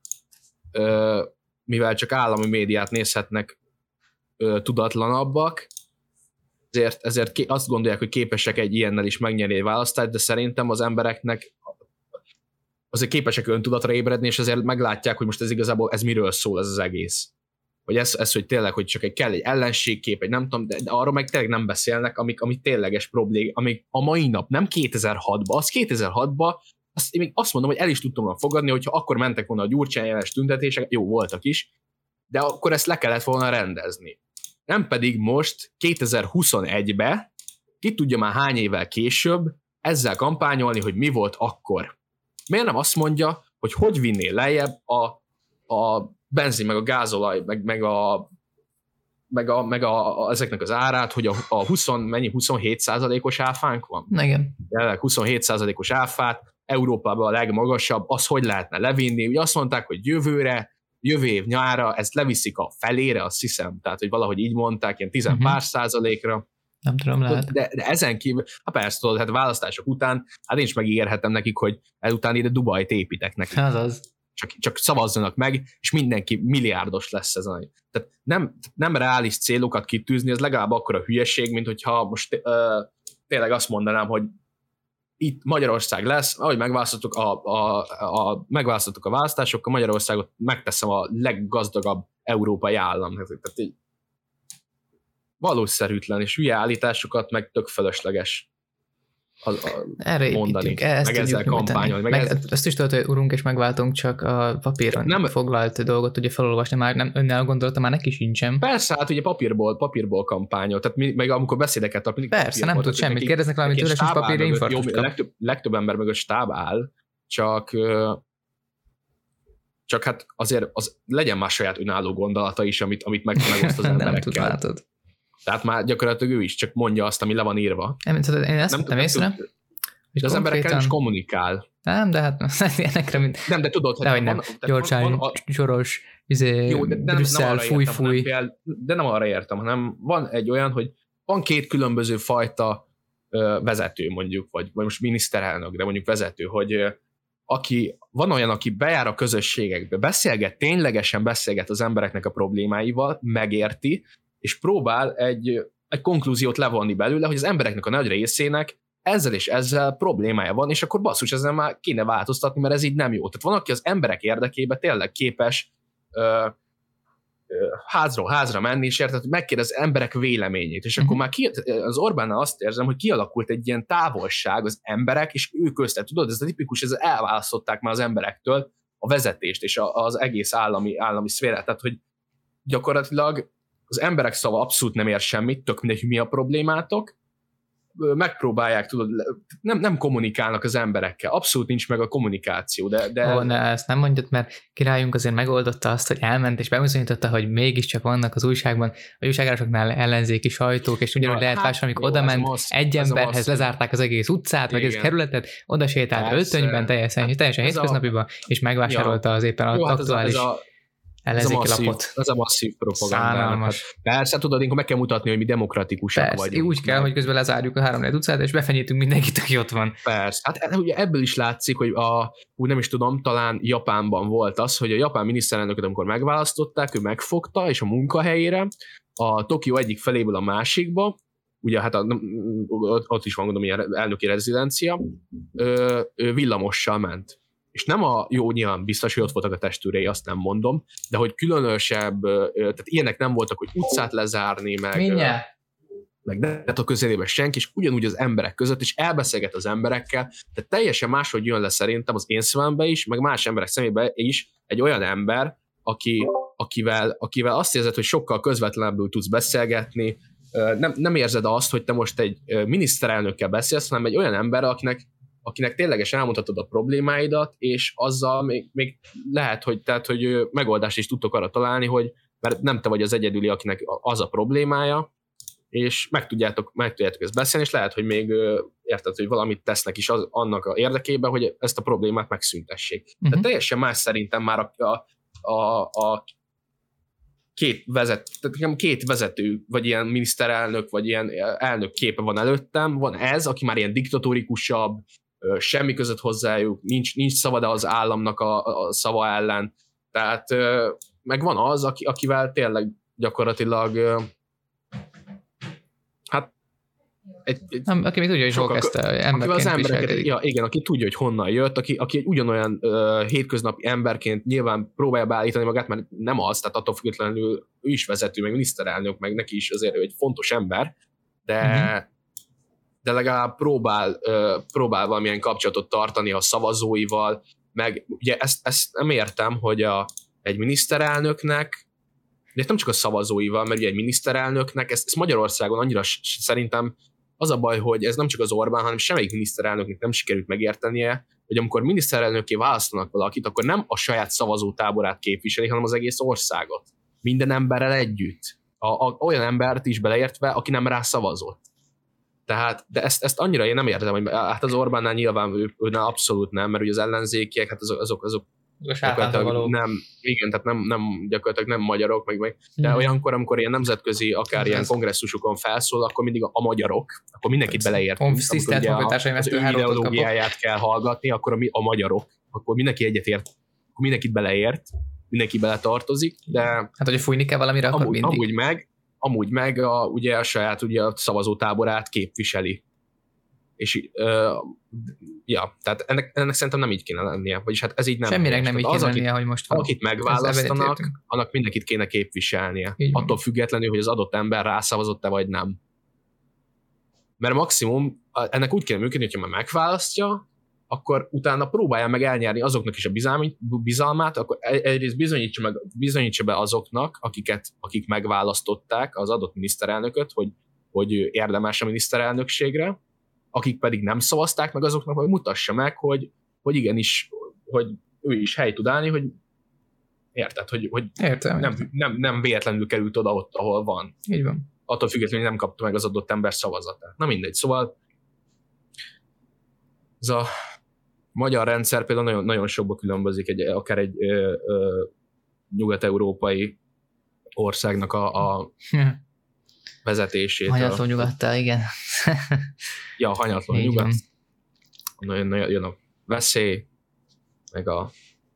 mivel csak állami médiát nézhetnek, tudatlanabbak, ezért, ezért azt gondolják, hogy képesek egy ilyennel is megnyerni egy választást, de szerintem az embereknek azért képesek öntudatra ébredni, és azért meglátják, hogy most ez igazából ez miről szól ez az egész. vagy ez, ez, hogy tényleg, hogy csak egy kell egy ellenségkép, egy nem tudom, de, de arról meg tényleg nem beszélnek, amik, amik tényleges problém, amik a mai nap, nem kétezer-hatban, az kétezer-hatban, azt, én még azt mondom, hogy el is tudtam fogadni, hogyha akkor mentek volna a Gyurcsány ellenes tüntetések, jó, voltak is, de akkor ezt le kellett volna rendezni. Nem pedig most kétezer-huszonegyben, ki tudja már hány évvel később, ezzel kampányolni, hogy mi volt akkor. Miért nem azt mondja, hogy hogy vinnél lejjebb a, a benzin, meg a gázolaj, meg, meg, a, meg, a, meg a, a, ezeknek az árát, hogy a, a húsz, mennyi, huszonhét százalékos áfánk van? Igen. Jelenleg huszonhét százalékos áfát, Európában a legmagasabb, az hogy lehetne levinni? Ugye azt mondták, hogy jövőre, jövő év nyára ezt leviszik a felére, azt hiszem, tehát hogy valahogy így mondták, ilyen tizen uh-huh. pár százalékra. Nem tudom, lehet. De, de ezen kívül, hát persze tudod, hát választások után, hát én is megígérhetem nekik, hogy ezután ide Dubajt építek nekik. Azaz. Csak, csak szavazzanak meg, és mindenki milliárdos lesz ez. Tehát nem, nem reális célokat kitűzni, ez legalább akkora hülyeség, mint hogyha most uh, tényleg azt mondanám, hogy itt Magyarország lesz, ahogy megválasztottuk a, a, a, megválasztottuk a választásokkal, Magyarországot megteszem a leggazdagabb európai állam. Tehát így valószerűtlen, és hülye állításokat, meg tök fölösleges a, a erre mondani, ezt meg ezzel kampányolni. Meg meg ez... Ezt is tudod, hogy urunk és megváltunk, csak a papíron nem foglalt dolgot tudja felolvasni, már nem önnel gondolta, már neki sincsen. Persze, hát ugye papírból, papírból kampányol, tehát mi, meg amikor beszédeket tart, mindig persze, nem tud semmit, kérdeznek valamit tőle, és papírra infarktust kap. Legtöbb, legtöbb ember mögött stáb áll, csak csak hát azért az legyen már saját önálló gondolata is, amit, amit meg, megoszt az emberekkel. Nem tud, Tehát már gyakorlatilag ő is csak mondja azt, ami le van írva. Én, én ezt nem, nem észre. De az konkrétan... emberekkel is kommunikál. Nem, de hát ilyenekre, mint... Nem, de tudod, hogy nem. Gyurcsány, Soros, izé, jó, de, de Brüsszel, fúj, értem, fúj. Nem, de nem arra értem, hanem van egy olyan, hogy van két különböző fajta ö, vezető mondjuk, vagy, vagy most miniszterelnök, de mondjuk vezető, hogy ö, aki, van olyan, aki bejár a közösségekbe, beszélget, ténylegesen beszélget az embereknek a problémáival, megérti, és próbál egy, egy konklúziót levonni belőle, hogy az embereknek a nagy részének ezzel és ezzel problémája van, és akkor basszus, ezzel már kéne változtatni, mert ez így nem jó. Tehát van, aki az emberek érdekében tényleg képes ö, ö, házról házra menni, és érted, hogy megkérdez az emberek véleményét, és uh-huh. akkor már ki, az Orbánnal azt érzem, hogy kialakult egy ilyen távolság az emberek, és ő köztet, tudod, ez a tipikus, ez elválasztották már az emberektől a vezetést, és a, az egész állami, állami szférát, tehát hogy gyakorlatilag az emberek szava abszolút nem ér semmit, tök mindegy, mi a problémátok, megpróbálják, tudod, nem, nem kommunikálnak az emberekkel, abszolút nincs meg a kommunikáció, de... de... Ó, ne, ezt nem mondjad, mert királyunk azért megoldotta azt, hogy elment, és bebizonyította, hogy mégiscsak vannak az újságban, a újságárosoknál ellenzéki sajtók, és ugyanúgy lehet hát, amikor oda ment, egy emberhez lezárták az egész utcát, vagy ez kerületet, oda sétált öltönyben, teljesen, teljesen hétköznapiban, és megvásárolta ja. az éppen jó, aktuális... Hát ellenzéki ez a, masszív, lapot. ez a masszív propaganda. Hát persze, tudod, én meg kell mutatni, hogy mi demokratikusak persze, vagyunk. Úgy kell, hogy közben lezárjuk a három utcát, és befenyítünk mindenkit, aki ott van. Persze. Hát ugye ebből is látszik, hogy a, úgy nem is tudom, talán Japánban volt az, hogy a japán miniszterelnököt, amikor megválasztották, ő megfogta, és a munkahelyére a Tokió egyik feléből a másikba, ugye hát a, ott is van, gondolom, ilyen elnöki rezidencia, ő, ő villamossal ment. És nem a jó, nyilván biztos, hogy ott voltak a testőrei, azt nem mondom, de hogy különösebb, tehát ilyenek nem voltak, hogy utcát lezárni, meg, meg de a közelében senki, és ugyanúgy az emberek között, és elbeszélget az emberekkel, tehát teljesen máshogy jön le szerintem az én szemembe is, meg más emberek szemébe is egy olyan ember, aki, akivel, akivel azt érzed, hogy sokkal közvetlenebbül tudsz beszélgetni, nem, nem érzed azt, hogy te most egy miniszterelnökkel beszélsz, hanem egy olyan ember, akinek akinek ténylegesen elmondhatod a problémáidat, és azzal még, még lehet, hogy, tehát, hogy megoldást is tudtok arra találni, hogy mert nem te vagy az egyedüli, akinek az a problémája, és meg tudjátok, meg tudjátok ezt beszélni, és lehet, hogy még érted, hogy valamit tesznek is az, annak a érdekében, hogy ezt a problémát megszüntessék. Uh-huh. Tehát teljesen más szerintem már a, a, a, a két, vezet, tehát két vezető, vagy ilyen miniszterelnök, vagy ilyen elnök képe van előttem, van ez, aki már ilyen diktatórikusabb, semmi között hozzájuk, nincs, nincs szava, de az államnak a, a szava ellen. Tehát meg van az, aki, akivel tényleg gyakorlatilag hát Egy, egy nem, aki még tudja, hogy hol kezdte emberként az embereket, ja, igen, aki tudja, hogy honnan jött, aki, aki egy ugyanolyan uh, hétköznapi emberként nyilván próbálja beállítani magát, mert nem az, tehát attól függetlenül ő is vezető, meg miniszterelnök, meg neki is azért egy fontos ember, de, uh-huh. de legalább próbál, uh, próbál valamilyen kapcsolatot tartani a szavazóival, meg ugye ezt, ezt nem értem, hogy a, egy miniszterelnöknek, de nem csak a szavazóival, mert ugye egy miniszterelnöknek, ezt, ezt Magyarországon annyira szerintem az a baj, hogy ez nem csak az Orbán, hanem semmelyik miniszterelnöknek nem sikerült megértenie, hogy amikor miniszterelnökké választanak valakit, akkor nem a saját szavazótáborát képviseli, hanem az egész országot. Minden emberrel együtt. A, a, olyan embert is beleértve, aki nem rá szavazott. Tehát, de ezt, ezt annyira én nem értem, hogy hát az Orbánnál nyilván ő, őnál abszolút nem, mert ugye az ellenzékiek, hát azok, azok, azok nem, igen, tehát nem, nem, gyakorlatilag nem magyarok, meg, meg de hmm. olyankor, amikor ilyen nemzetközi, akár ilyen kongresszusokon felszól, akkor mindig a, a magyarok, akkor mindenkit beleértünk, amikor ugye a, az ő ideológiáját kell hallgatni, akkor a, a magyarok, akkor mindenki egyetért, akkor mindenkit beleért, mindenki beletartozik, de hát, hogy fújni kell valamire, akkor amúgy, mindig. Amúgy meg, amúgy meg a, ugye a saját ugye a szavazótáborát képviseli. És uh, ja, tehát ennek, ennek szerintem nem így kéne lennie, vagyis hát ez így nem. Semminek nem így kéne lennie, hogy most van. Akit megválasztanak, annak mindenkit kéne képviselnie. Így attól van. Függetlenül, hogy az adott ember rászavazott-e vagy nem. Mert maximum ennek úgy kéne működni, hogyha már megválasztja, akkor utána próbálja meg elnyerni azoknak is a bizalmi, bizalmát, akkor egyrészt bizonyítsa, meg, bizonyítsa be azoknak, akiket, akik megválasztották az adott miniszterelnököt, hogy, hogy érdemes a miniszterelnökségre, akik pedig nem szavazták meg, azoknak majd mutassa meg, hogy, hogy igenis, hogy ő is hely tud állni, hogy érted, hogy, hogy Értem, nem, nem, nem véletlenül került oda ott, ahol van. Így van. Attól függetlenül nem kapta meg az adott ember szavazatát. Na mindegy, szóval ez a magyar rendszer például nagyon, nagyon sokba különbözik, egy, akár egy ö, ö, nyugat-európai országnak a, a vezetését. Hanyatló nyugattal, igen. Ja, a hanyatló nyugat. Nagyon, nagyon jön a veszély, meg a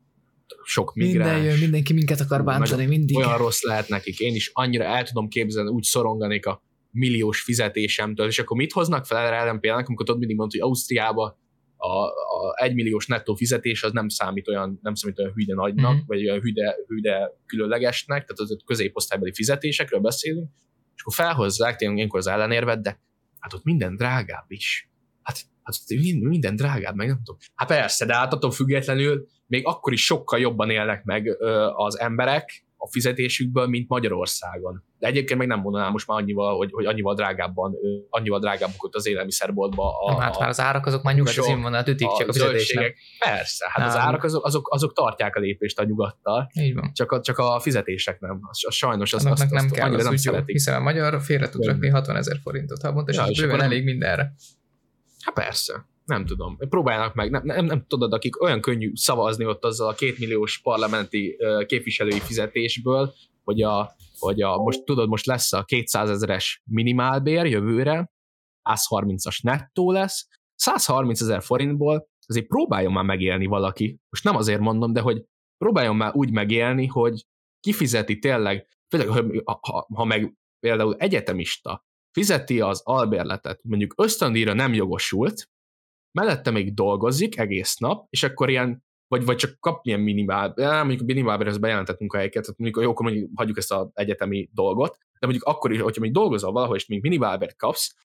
sok migráns. Minden jön, mindenki minket akar bántani, mindig. Olyan rossz lehet nekik. Én is annyira el tudom képzelni, úgy szoronganék a milliós fizetésemtől, és akkor mit hoznak fel erre ellen például, amikor tudod mindig mondta, hogy Ausztriában a, a egymilliós nettó fizetés az nem számít olyan, nem számít olyan hüde nagynak, mm-hmm. vagy olyan hüde, hüde különlegesnek, tehát az középosztálybeli fizetésekről beszélünk, és akkor felhozzák tényleg ilyenkor az ellenérvet, de hát ott minden drágább is. Hát, hát minden drágább, meg nem tudom. Hát persze, de hát attól függetlenül még akkor is sokkal jobban élnek meg ö, az emberek a fizetésükből, mint Magyarországon. De egyébként meg nem mondanám most már annyival, hogy, hogy annyival drágábban, ö, annyival drágábbak ott az élelmiszerboltban. A, nem, hát már az árak azok már nyugati színvonalat ütik, csak a fizetésnek. Persze, hát nem. Az árak azok, azok, azok tartják a lépést a nyugattal. Így van. Csak a, csak a fizetések nem. Az, az sajnos az, azt, nem azt kell, annyira az nem szeretik. Jó, hiszen a magyar félre tud rakni hatvanezer forintot havonta, és ja, az bőven elég mindenre. Hát persze. Nem tudom. Próbálnak meg. Nem, nem, nem tudod, akik olyan könnyű szavazni ott azzal a kétmilliós parlamenti uh, képviselői fizetésből, hogy a, hogy a most tudod, most lesz a kétszázezeres minimálbér jövőre, százharmincas nettó lesz, százharmincezer forintból azért próbáljon már megélni valaki. Most nem azért mondom, de hogy próbáljon már úgy megélni, hogy kifizeti tényleg, főleg, ha, ha meg például egyetemista fizeti az albérletet, mondjuk ösztöndíjra nem jogosult, mellette még dolgozik egész nap, és akkor ilyen, vagy, vagy csak kap ilyen minimál, mondjuk a minimálbérhez bejelentett munkahelyeket, tehát mondjuk, jó, akkor mondjuk hagyjuk ezt az egyetemi dolgot, de mondjuk akkor is, hogyha még dolgozol valahol, és még minimálbért kapsz,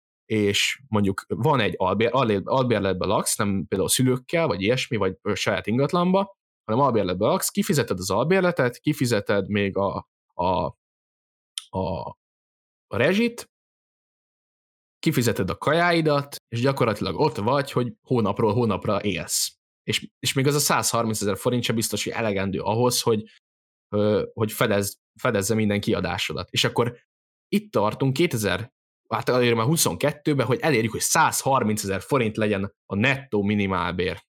és mondjuk van egy albér, albérletben laksz, nem például szülőkkel, vagy ilyesmi, vagy saját ingatlanba, hanem albérletben laksz, kifizeted az albérletet, kifizeted még a, a, a, a rezsit, kifizeted a kajáidat, és gyakorlatilag ott vagy, hogy hónapról hónapra élsz. És, és még az a százharmincezer forint sem biztos, hogy elegendő ahhoz, hogy, hogy fedez, fedezze minden kiadásodat. És akkor itt tartunk kétezer, hát elérjük már huszonkettőben, hogy elérjük, hogy százharmincezer forint legyen a nettó minimálbér.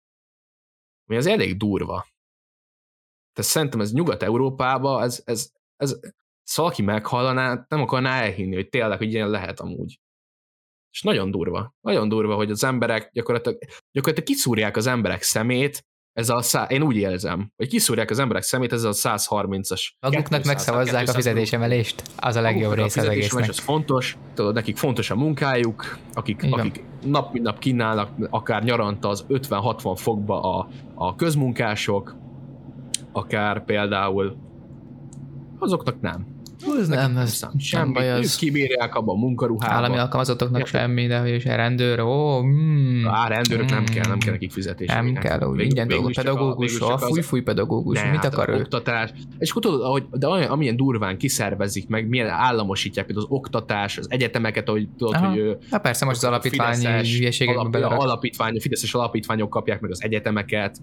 Ami az elég durva. Tehát szerintem ez Nyugat-Európában, ez, ez, ez, ez valaki meghallaná, nem akarná elhinni, hogy tényleg, hogy ilyen lehet amúgy. És nagyon durva. Nagyon durva, hogy az emberek gyakorlatilag, gyakorlatilag kiszúrják az emberek szemét Ez a szá... Én úgy érzem, hogy kiszúrják az emberek szemét, ez a száz harmincas. Maguknak megszavazzák a fizetésemelést, az a legjobb része az egésznek. Ez fontos, tudod, nekik fontos a munkájuk, akik, akik nap mint nap kínálnak, akár nyaranta az ötven-hatvan fokba a, a közmunkások, akár például azoknak nem. Ez nem, ez semmi. Baj, az... Ők kibírják abban a munkaruhában. Állami alkalmazottoknak ja. semmi, de hogy rendőr, ó, mm, Á, rendőrök mm, nem kell, nem kell nekik fizetés. Nem minek. kell, hogy ingyen dolgok, pedagógus, a, a fúj-fúj pedagógus, ne, mit hát akar ő? Oktatás. És akkor tudod, ahogy, de olyan, amilyen durván kiszervezik meg, milyen államosítják például az oktatás, az egyetemeket, ahogy tudod, Aha. hogy... Hát persze most az alapítványi hülyeségekben belerak. Alapítvány, a fideszes alapítványok kapják meg az egyetemeket,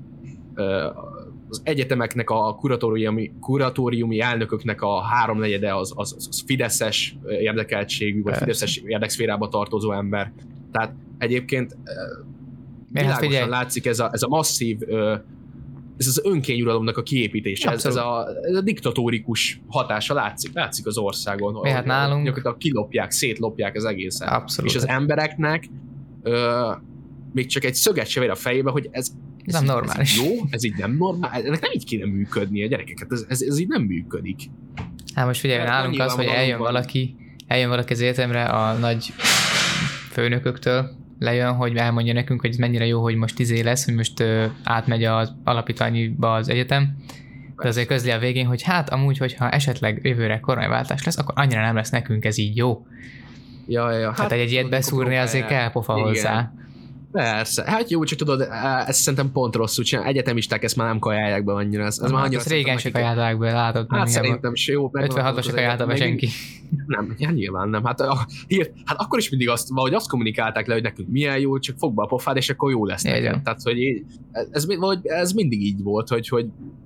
az egyetemeknek a kuratóriumi, kuratóriumi elnököknek a háromnegyede az, az, az fideszes érdekeltségű, vagy fideszes érdekszférába tartozó ember. Tehát egyébként világosan hát látszik ez a, ez a masszív, ez az önkényuralomnak a kiépítése, ez, ez, a, ez a diktatórikus hatása látszik, látszik az országon. Mi hát nálunk? Gyakorlatilag kilopják, szétlopják az egészet. Abszolút. És az embereknek ö, még csak egy szöget se vér a fejébe, hogy ez Ez nem normális. Ez jó, ez így nem normális, ennek nem így kéne működni a gyerekeket, ez, ez, ez így nem működik. Hát most figyelj, nálunk az, hogy eljön valaki, eljön valaki az egyetemre a nagy főnököktől, lejön, hogy elmondja nekünk, hogy ez mennyire jó, hogy most tíz év lesz, hogy most ö, átmegy az alapítványiba az egyetem, de azért közli a végén, hogy hát amúgy, hogyha esetleg jövőre kormányváltás lesz, akkor annyira nem lesz nekünk ez így jó. Ja, ja, hát, hát egy ilyet beszúrni azért kell pofa hozzá. Persze, hát jó, csak tudod, ezt szerintem pont rosszul csinál. Egyetemisták ezt már nem kajálják be annyira. Ez, ez hát már ezt régen se kajálták be, látod. Hát szerintem se jó. ötvenhatban se kajálta be senki. Nem, ja, nyilván nem. Hát, a, hír, hát akkor is mindig azt, valahogy azt kommunikálták le, hogy nekünk milyen jó, csak fog be a pofád, és akkor jó lesz neked. Tehát, hogy ez, ez, ez mindig így volt, hogy, hogy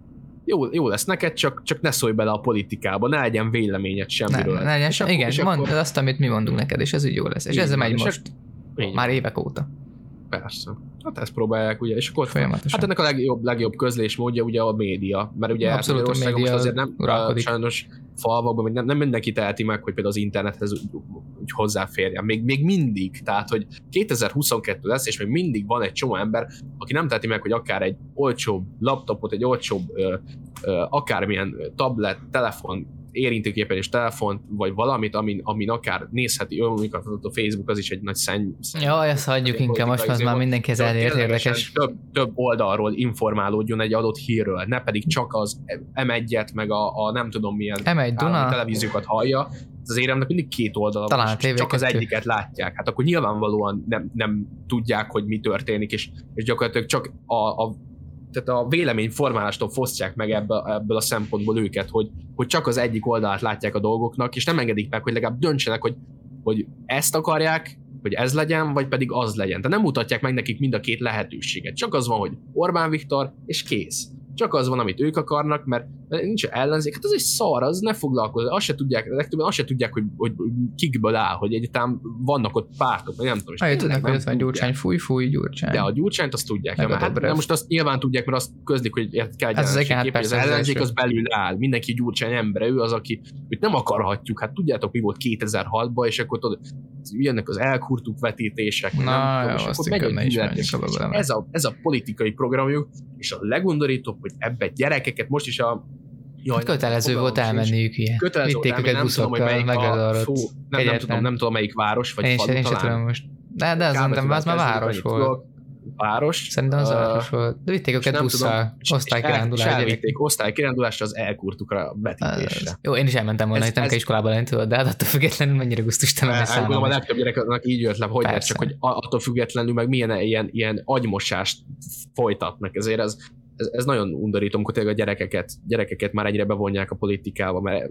jó, jó lesz neked, csak, csak ne szólj bele a politikába, ne legyen véleményed semmiről. Ne, ne legyen sem, igen, mondd akkor... azt, amit mi mondunk neked, és ez úgy jó lesz. És ez megy most. Már évek óta. Persze. Hát ezt próbálják, ugye, és akkor hát ennek a legjobb, legjobb közlésmódja ugye a média, mert ugye abszolút a média azért nem uralkodik. Sajnos falvakban nem, nem mindenki teheti meg, hogy például az internethez úgy, úgy hozzáférjen. Még, még mindig, tehát, hogy kétezer-huszonkettő lesz, és még mindig van egy csomó ember, aki nem teheti meg, hogy akár egy olcsóbb laptopot, egy olcsóbb ö, ö, akármilyen tablet, telefon, érintőképernyős telefont, vagy valamit, amin, amin akár nézheti önmunkat, a Facebook az is egy nagy szenny. szenny Jaj, ezt hagyjuk inkább, most az már mindenki ez elért érdekes. Több, több oldalról informálódjon egy adott hírről, ne pedig csak az em egyet, meg a, a nem tudom milyen em egy Duna televíziókat hallja. Ez az éremnek mindig két oldala talán van, és csak az egyiket látják. Hát akkor nyilvánvalóan nem, nem tudják, hogy mi történik, és, és gyakorlatilag csak a, a tehát a véleményformálástól fosztják meg ebből, ebből a szempontból őket, hogy, hogy csak az egyik oldalát látják a dolgoknak, és nem engedik meg, hogy legalább döntsenek, hogy, hogy ezt akarják, hogy ez legyen, vagy pedig az legyen. Tehát nem mutatják meg nekik mind a két lehetőséget. Csak az van, hogy Orbán Viktor, és kész. Csak az van, amit ők akarnak, mert nincs ellenzék. Hát az egy szar, az ne foglalkozni. Azt se tudják, legtöbben azt se tudják, hogy, hogy kikből áll, hogy egyáltalán vannak ott pártok, vagy nem tudom. Ha tudnak, hogy ott van Gyurcsány, fúj, fúj, Gyurcsány. De a Gyurcsányt azt tudják. Ja, hát, de most azt nyilván tudják, mert azt közlik, hogy kell egy ellenzék, az ellenzék az belül áll. Mindenki Gyurcsány embere, ő az, aki őt nem akarhatjuk. Hát tudjátok, mi volt kétezer-hatban, és akkor tudod, jönnek az elkurtuk vetítések, na, nem jó, tudom, és akkor megy ez a, ez a politikai programjuk, és a legundorítóbb, hogy ebbe gyerekeket most is a jaj, kötelező nem, volt elmenniük ilyen. Kötelező volt elmenni, nem tudom, hogy melyik a, fú, nem, nem, tudom, nem tudom, melyik város, vagy én falu sem, talán. Tudom most. De, de az szerintem az már város volt. Város. Szerintem az uh, város volt. De vitték őket busszal, osztálykirándulásra. Elvitték osztálykirándulásra, az elkurtukra a vetítésre. Jó, én is elmentem volna, hogy nem kell iskolába lenni, tudod, de attól függetlenül mennyire gusztustalan lesz számomra. A legtöbb gyereknek így jött le, hogy lehet, csak hogy attól függetlenül meg milyen ilyen, ilyen agymosást folytatnak. Ezért ez, ez, ez nagyon undorító, amikor tényleg a gyerekeket, gyerekeket már ennyire bevonják a politikába, mert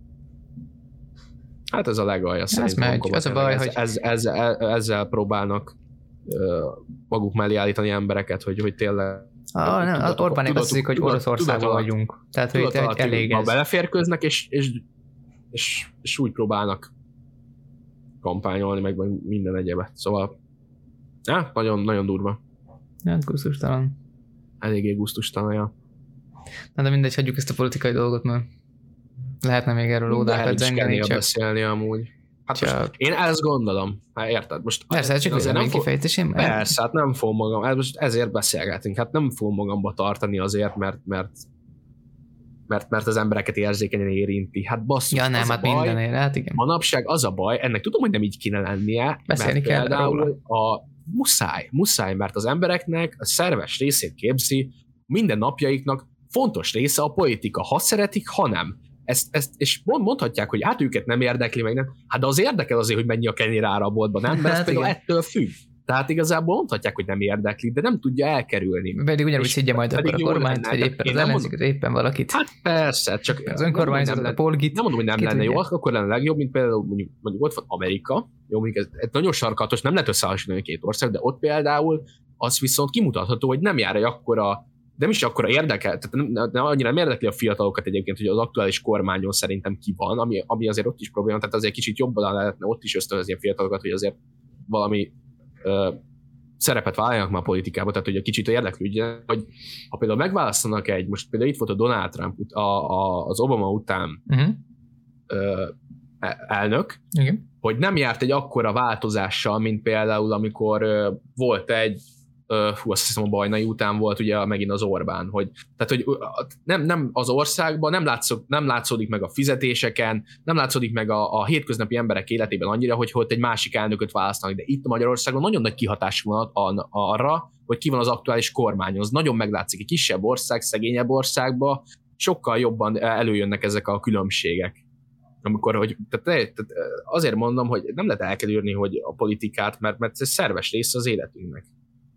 hát ez a legalja szerintem. Az a baj, hogy ez, ez, ez, ezzel próbálnak maguk mellé állítani embereket, hogy, hogy tényleg ah, nem, az Orbánék azt hiszik, hogy Oroszországban vagyunk. Tehát, hogy itt elég ez. Beleférkőznek, és, és, és, és úgy próbálnak kampányolni, meg minden egyebet. Szóval ja, nagyon, nagyon durva. Hát gusztustalan. Eléggé gusztustalan, ja. Na de mindegy, hagyjuk ezt a politikai dolgot, mert lehetne még erről ódákat zengeni. Csak beszélni amúgy. Hát most én ezt gondolom. Hát érted? Most persze, csak azért nem kifejtésem. Persze, hát nem fogom magam, hát most ezért beszélgetünk. Hát nem fogom magamba tartani azért, mert, mert, mert, mert az embereket érzékenyen érinti. Hát basszus, ja, nem, hát mindenére, hát igen. Manapság az a baj, ennek tudom, hogy nem így kéne lennie, beszélni mert kell például róla. a muszáj, muszáj, mert az embereknek a szerves részét képzi minden napjaiknak fontos része a politika, ha szeretik, ha nem. Ezt, ezt, és mondhatják, hogy hát őket nem érdekli, meg nem. Hát de az érdekel azért, hogy mennyi a kenyérára a boltban, nem? Mert hát például ettől függ. Tehát igazából mondhatják, hogy nem érdekli, de nem tudja elkerülni. Pedig ugyanúgy higgye majd akkor a kormányt, vagy éppen az ellenzéket, éppen valakit. Hát persze, csak az önkormányzatot, a polgit. Nem mondom, hogy nem lenne jó, akkor lenne legjobb, mint például mondjuk, mondjuk ott van Amerika, jó, mondjuk ez, ez nagyon sarkatos, nem lehet összehasonlítani két ország, de ott például az viszont kimutatható, hogy nem jár egy akkora, de nem is akkora érdekel, tehát nem, nem, annyira nem érdekli a fiatalokat egyébként, hogy az aktuális kormányon szerintem ki van, ami, ami azért ott is probléma, tehát azért kicsit jobban lehetne ott is ösztönözni a fiatalokat, hogy azért valami ö, szerepet vállaljanak már a politikába, tehát hogy egy kicsit érdeklődjen, hogy ha például megválasztanak egy, most például itt volt a Donald Trump a, a, az Obama után uh-huh. ö, elnök, igen. Hogy nem járt egy akkora változással, mint például amikor ö, volt egy Uh, hú, azt hiszem a Bajnai után volt ugye megint az Orbán, hogy, tehát, hogy nem, nem az országban nem, látszok, nem látszódik meg a fizetéseken, nem látszódik meg a, a hétköznapi emberek életében annyira, hogy ott egy másik elnököt választanak, de itt Magyarországon nagyon nagy kihatás van arra, hogy ki van az aktuális kormány. Az nagyon meglátszik, egy kisebb ország, szegényebb országban sokkal jobban előjönnek ezek a különbségek. Amikor, hogy, tehát, tehát azért mondom, hogy nem lehet elkerülni, hogy a politikát, mert, mert ez szerves része az életünknek.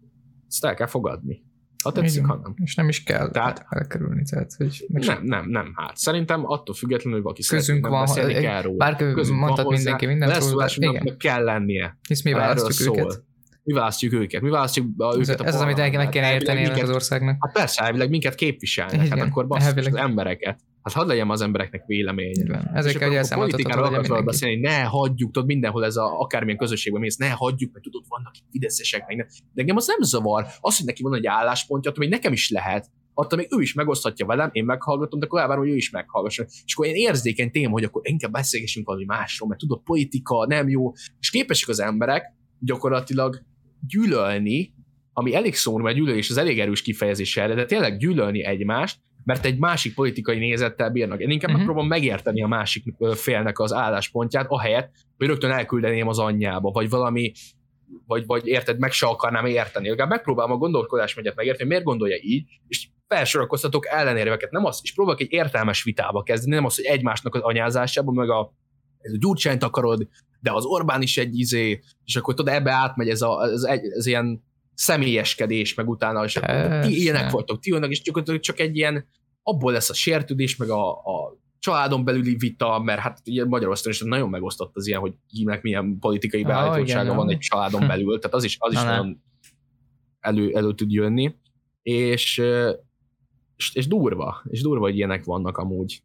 Ezt el kell fogadni. Ha tetszik, ha nem. És nem is kell tehát, elkerülni. Tehát, hogy nem, nem, nem. Hát szerintem attól függetlenül, hogy valaki közünk van, beszélni egy, kell róla. Bárki mondhat mindenki mindent róla. Kell lennie. Hisz mi választjuk őket. Mi választjuk őket. Mi választjuk a, őket Ez az, amit el meg kéne érteni ennek az országnak. Hát persze, elvileg minket képviselnek. Hát akkor basszuk az embereket. Hát hadd legyen az embereket véleménye. Ezekkel, hogy politikáról akarsz beszélni, ne hagyjuk, tudod, mindenhol ez a, akármilyen közösségben mész, ne hagyjuk, mert tudod, vannak itt fideszesek, meg ne. De engem az nem zavar. Az, hogy neki van egy álláspontja, attól még nekem is lehet. Attól még ő is megoszthatja velem, én meghallgatom, de akkor elvárom, hogy ő is meghallgasson. És akkor én érzékeny téma, hogy akkor inkább beszélgessünk valami másról, mert tudod, politika nem jó. És képesek az emberek gyakorlatilag gyűlölni, ami elég szomorú, mert gyűlölés az elég erős kifejezés erre, de tényleg gyűlölni egymást, mert egy másik politikai nézettel bírnak. Én inkább uh-huh. megpróbálom megérteni a másik félnek az álláspontját, ahelyett, hogy rögtön elküldeném az anyjába, vagy valami, vagy, vagy érted, meg se akarnám érteni. Legalább megpróbálom a gondolkodásmódját megérteni, hogy miért gondolja így, és felsorakoztatok ellenérveket. Nem az, és próbálok egy értelmes vitába kezdeni, nem az, hogy egymásnak az anyázásában, meg a, ez a Gyurcsányt akarod, de az Orbán is egy izé, és akkor tudod, ebbe átmegy ez, a, ez, egy, ez ilyen személyeskedés, meg utána, és akkor ti ilyenek voltok, ti önök, és csak, csak egy ilyen, abból lesz a sértődés, meg a, a családon belüli vita, mert hát ugye Magyarországon is nagyon megosztott az ilyen, hogy kinek milyen politikai beállítottsága van egy családon belül, tehát az is, az is nagyon elő, elő tud jönni, és, és, és durva, és durva, hogy ilyenek vannak amúgy.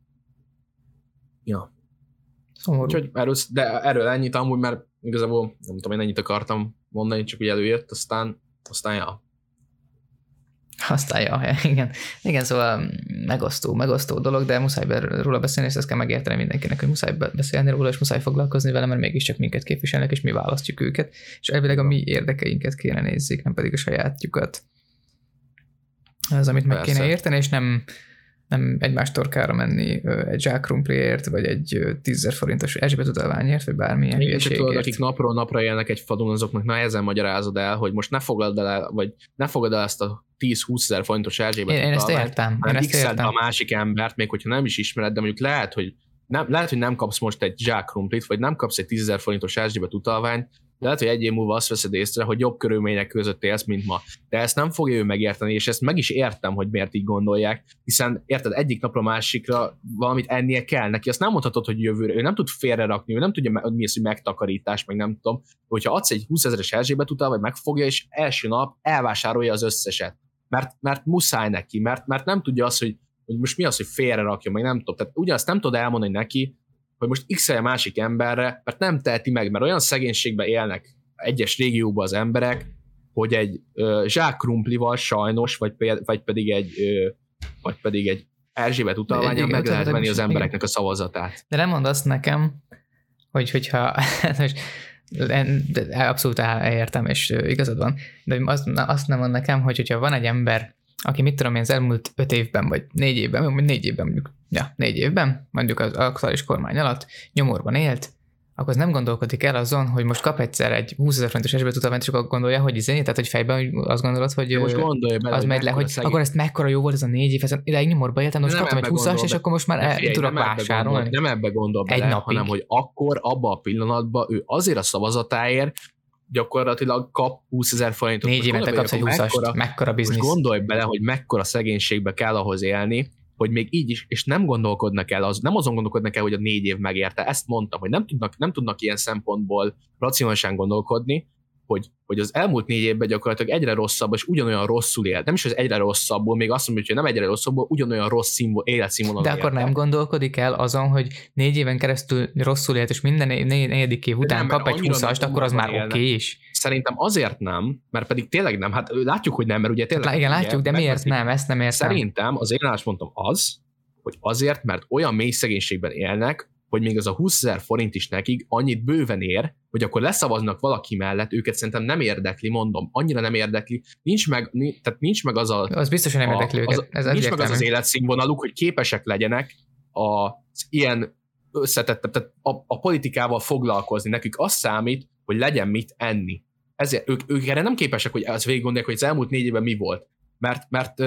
Ja. Úgyhogy erről, de erről ennyit amúgy, mert igazából nem tudom, én ennyit akartam mondani, csak úgy előjött, aztán, aztán ja. Aztán ja, igen. Igen, szóval megosztó, megosztó dolog, de muszáj róla beszélni, és ezt kell megérteni mindenkinek, hogy muszáj beszélni róla, és muszáj foglalkozni vele, mert mégiscsak minket képviselnek, és mi választjuk őket, és elvileg a mi érdekeinket kéne nézzék, nem pedig a sajátjukat. Ez, amit meg kéne érteni, és nem nem egymás torkára menni egy zsákrumpliért, vagy egy tízezer forintos Erzsébet utalványért, vagy bármilyen hülyeségért. Akik napról napra élnek egy fadon, azoknak nehezen magyarázod el, hogy most ne fogadd el, vagy ne fogadd el ezt a tíz-húszezer forintos Erzsébet utalványt. Én ezt értem. Hanem x-ed a másik embert, még hogyha nem is ismered, de mondjuk lehet, hogy nem, lehet, hogy nem kapsz most egy zsákrumplit, vagy nem kapsz egy tízezer forintos Erzsébet utalványt, de lehet, hogy egy év múlva azt veszed észre, hogy jobb körülmények között élsz, mint ma. De ezt nem fogja ő megérteni, és ezt meg is értem, hogy miért így gondolják, hiszen érted, egyik napra másikra valamit ennie kell neki. Azt nem mondhatod, hogy jövőre, ő nem tud félrerakni, ő nem tudja, hogy mi az, hogy megtakarítás, meg nem tudom. Hogyha adsz egy húszezeres Erzsébet utalványt, vagy megfogja, és első nap elvásárolja az összeset. Mert, mert muszáj neki, mert, mert nem tudja azt, hogy, hogy most mi az, hogy félrerakja, meg nem tudom. Tehát ugyanazt nem tudod elmondani neki, hogy most x-elje másik emberre, mert nem teheti meg, mert olyan szegénységben élnek egyes régióban az emberek, hogy egy ö, zsák krumplival sajnos, vagy, vagy pedig egy ö, vagy pedig egy Erzsébet utalványon meg lehet venni az embereknek a szavazatát. De nem mondd azt nekem, hogy, hogyha abszolút elértem, és igazad van, de azt, azt nem mond nekem, hogy hogyha van egy ember, aki mit tudom én az elmúlt öt évben, vagy négy évben, vagy négy évben mondjuk, ja, négy évben, mondjuk az aktuális kormány alatt nyomorban élt, akkor az nem gondolkodik el azon, hogy most kap egyszer egy húszezer forintos esetben utalványt, és akkor gondolja, hogy izé, tehát hogy fejben azt gondolod, hogy de most gondolja bele, az megy le, hogy szegény. Akkor ezt mekkora jó volt ez a négy év, ezen ideig nyomorba éltem, most kaptam egy húszast, és akkor most már el, figyelj, tudok vásárolni. Nem ebbe gondol bele, egy hanem hogy akkor abban a pillanatban ő azért a szavazatáért gyakorlatilag kap húszezer forintot. Négy évente kapsz egy húszast, mekkora, mekkora biznisz. Most gondolj bele, hogy mekkora szegénységbe kell ahhoz élni, hogy még így is, és nem gondolkodnak el, az, nem azon gondolkodnak el, hogy a négy év megérte. Ezt mondtam, hogy nem tudnak, nem tudnak ilyen szempontból racionálisan gondolkodni, hogy, hogy az elmúlt négy évben gyakorlatilag egyre rosszabb, és ugyanolyan rosszul él. Nem is az egyre rosszabbul, még azt mondjuk, hogy nem egyre rosszabbul, ugyanolyan rossz színvon, életszínvonalon. De akkor nem gondolkodik el azon, hogy négy éven keresztül rosszul élt, és minden negyedik év után kap egy húszast, akkor az már oké okay is. Szerintem azért nem, mert pedig tényleg nem. Hát látjuk, hogy nem, mert ugye tényleg... Hát, igen, látjuk, de miért nem? Ezt nem értem. Szerintem az én álláspontom az, hogy azért, mert olyan mély szegénységben élnek, hogy még az a húszezer forint is nekik annyit bőven ér, hogy akkor leszavaznak valaki mellett, őket szerintem nem érdekli, mondom, annyira nem érdekli, nincs meg, tehát nincs meg az a... Az biztos, hogy nem érdekli a, őket. Ez nincs meg az az életszínvonaluk, hogy képesek legyenek az ilyen összetett, tehát a, a politikával foglalkozni. Nekük az számít, hogy legyen mit enni. Ezért ők, ők erre nem képesek, hogy az végig gondolják, hogy az elmúlt négy évben mi volt. Mert, mert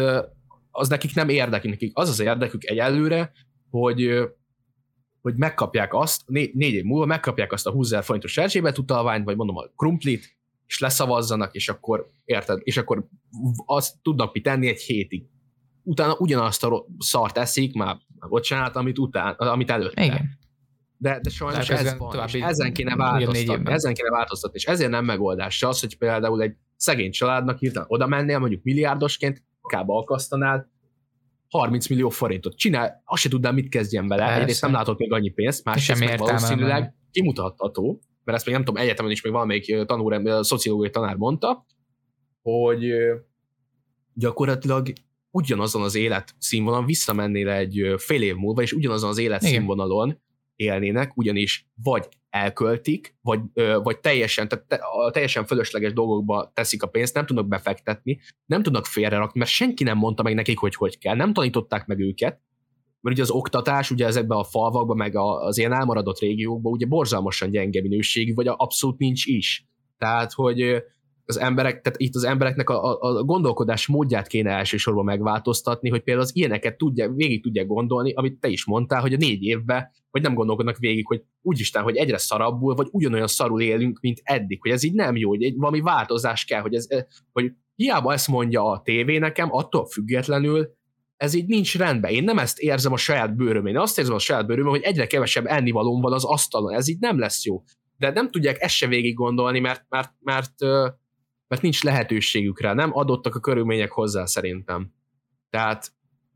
az nekik nem érdekli, nekik az az érdekük egyelőre, hogy hogy megkapják azt, né- négy év múlva megkapják azt a húszezer forintos Erzsébet utalványt, vagy mondom a krumplit, és leszavazzanak, és akkor érted, és akkor azt tudnak mit tenni egy hétig. Utána ugyanazt a szart eszik, már, már bocsánat, amit, után, amit előtte. Igen. De, de sajnos ez van, és ezen kéne változtatni, ezen kéne változtatni, és ezért nem megoldás se az, hogy például egy szegény családnak hirtelen oda mennél, mondjuk milliárdosként, kába akasztanál, harminc millió forintot csinál, azt se tudnám, mit kezdjen bele. Persze. Egyrészt nem látott még annyi pénzt, másrészt meg valószínűleg nem. Kimutatható, mert ezt még nem tudom, egyetemen is még valamelyik tanúr, szociológiai tanár mondta, hogy gyakorlatilag ugyanazon az életszínvonalon visszamennél egy fél év múlva, és ugyanazon az életszínvonalon élnének, ugyanis vagy elköltik, vagy, vagy teljesen, tehát te, a teljesen fölösleges dolgokba teszik a pénzt, nem tudnak befektetni, nem tudnak félrerakni, mert senki nem mondta meg nekik, hogy hogy kell, nem tanították meg őket, mert ugye az oktatás ugye ezekben a falvakban, meg az ilyen elmaradott régiókban ugye borzalmasan gyenge minőségű, vagy abszolút nincs is. Tehát, hogy az emberek, tehát itt az embereknek a, a, a gondolkodás módját kéne elsősorban megváltoztatni, hogy például az ilyeneket tudja, végig tudják gondolni, amit te is mondtál, hogy a négy évben, vagy nem gondolkodnak végig, hogy úgyisten, hogy egyre szarabbul, vagy ugyanolyan szarul élünk, mint eddig, hogy ez így nem jó, hogy egy, valami változás kell, hogy, ez, hogy hiába ezt mondja a tévé nekem, attól függetlenül ez így nincs rendben. Én nem ezt érzem a saját bőrömön. Én azt érzem a saját bőrömön, hogy egyre kevesebb ennivalóm van az asztalon. Ez így nem lesz jó. De nem tudják ezt se végig gondolni, mert, mert, mert, mert nincs lehetőségük rá. Nem adottak a körülmények hozzá szerintem. Tehát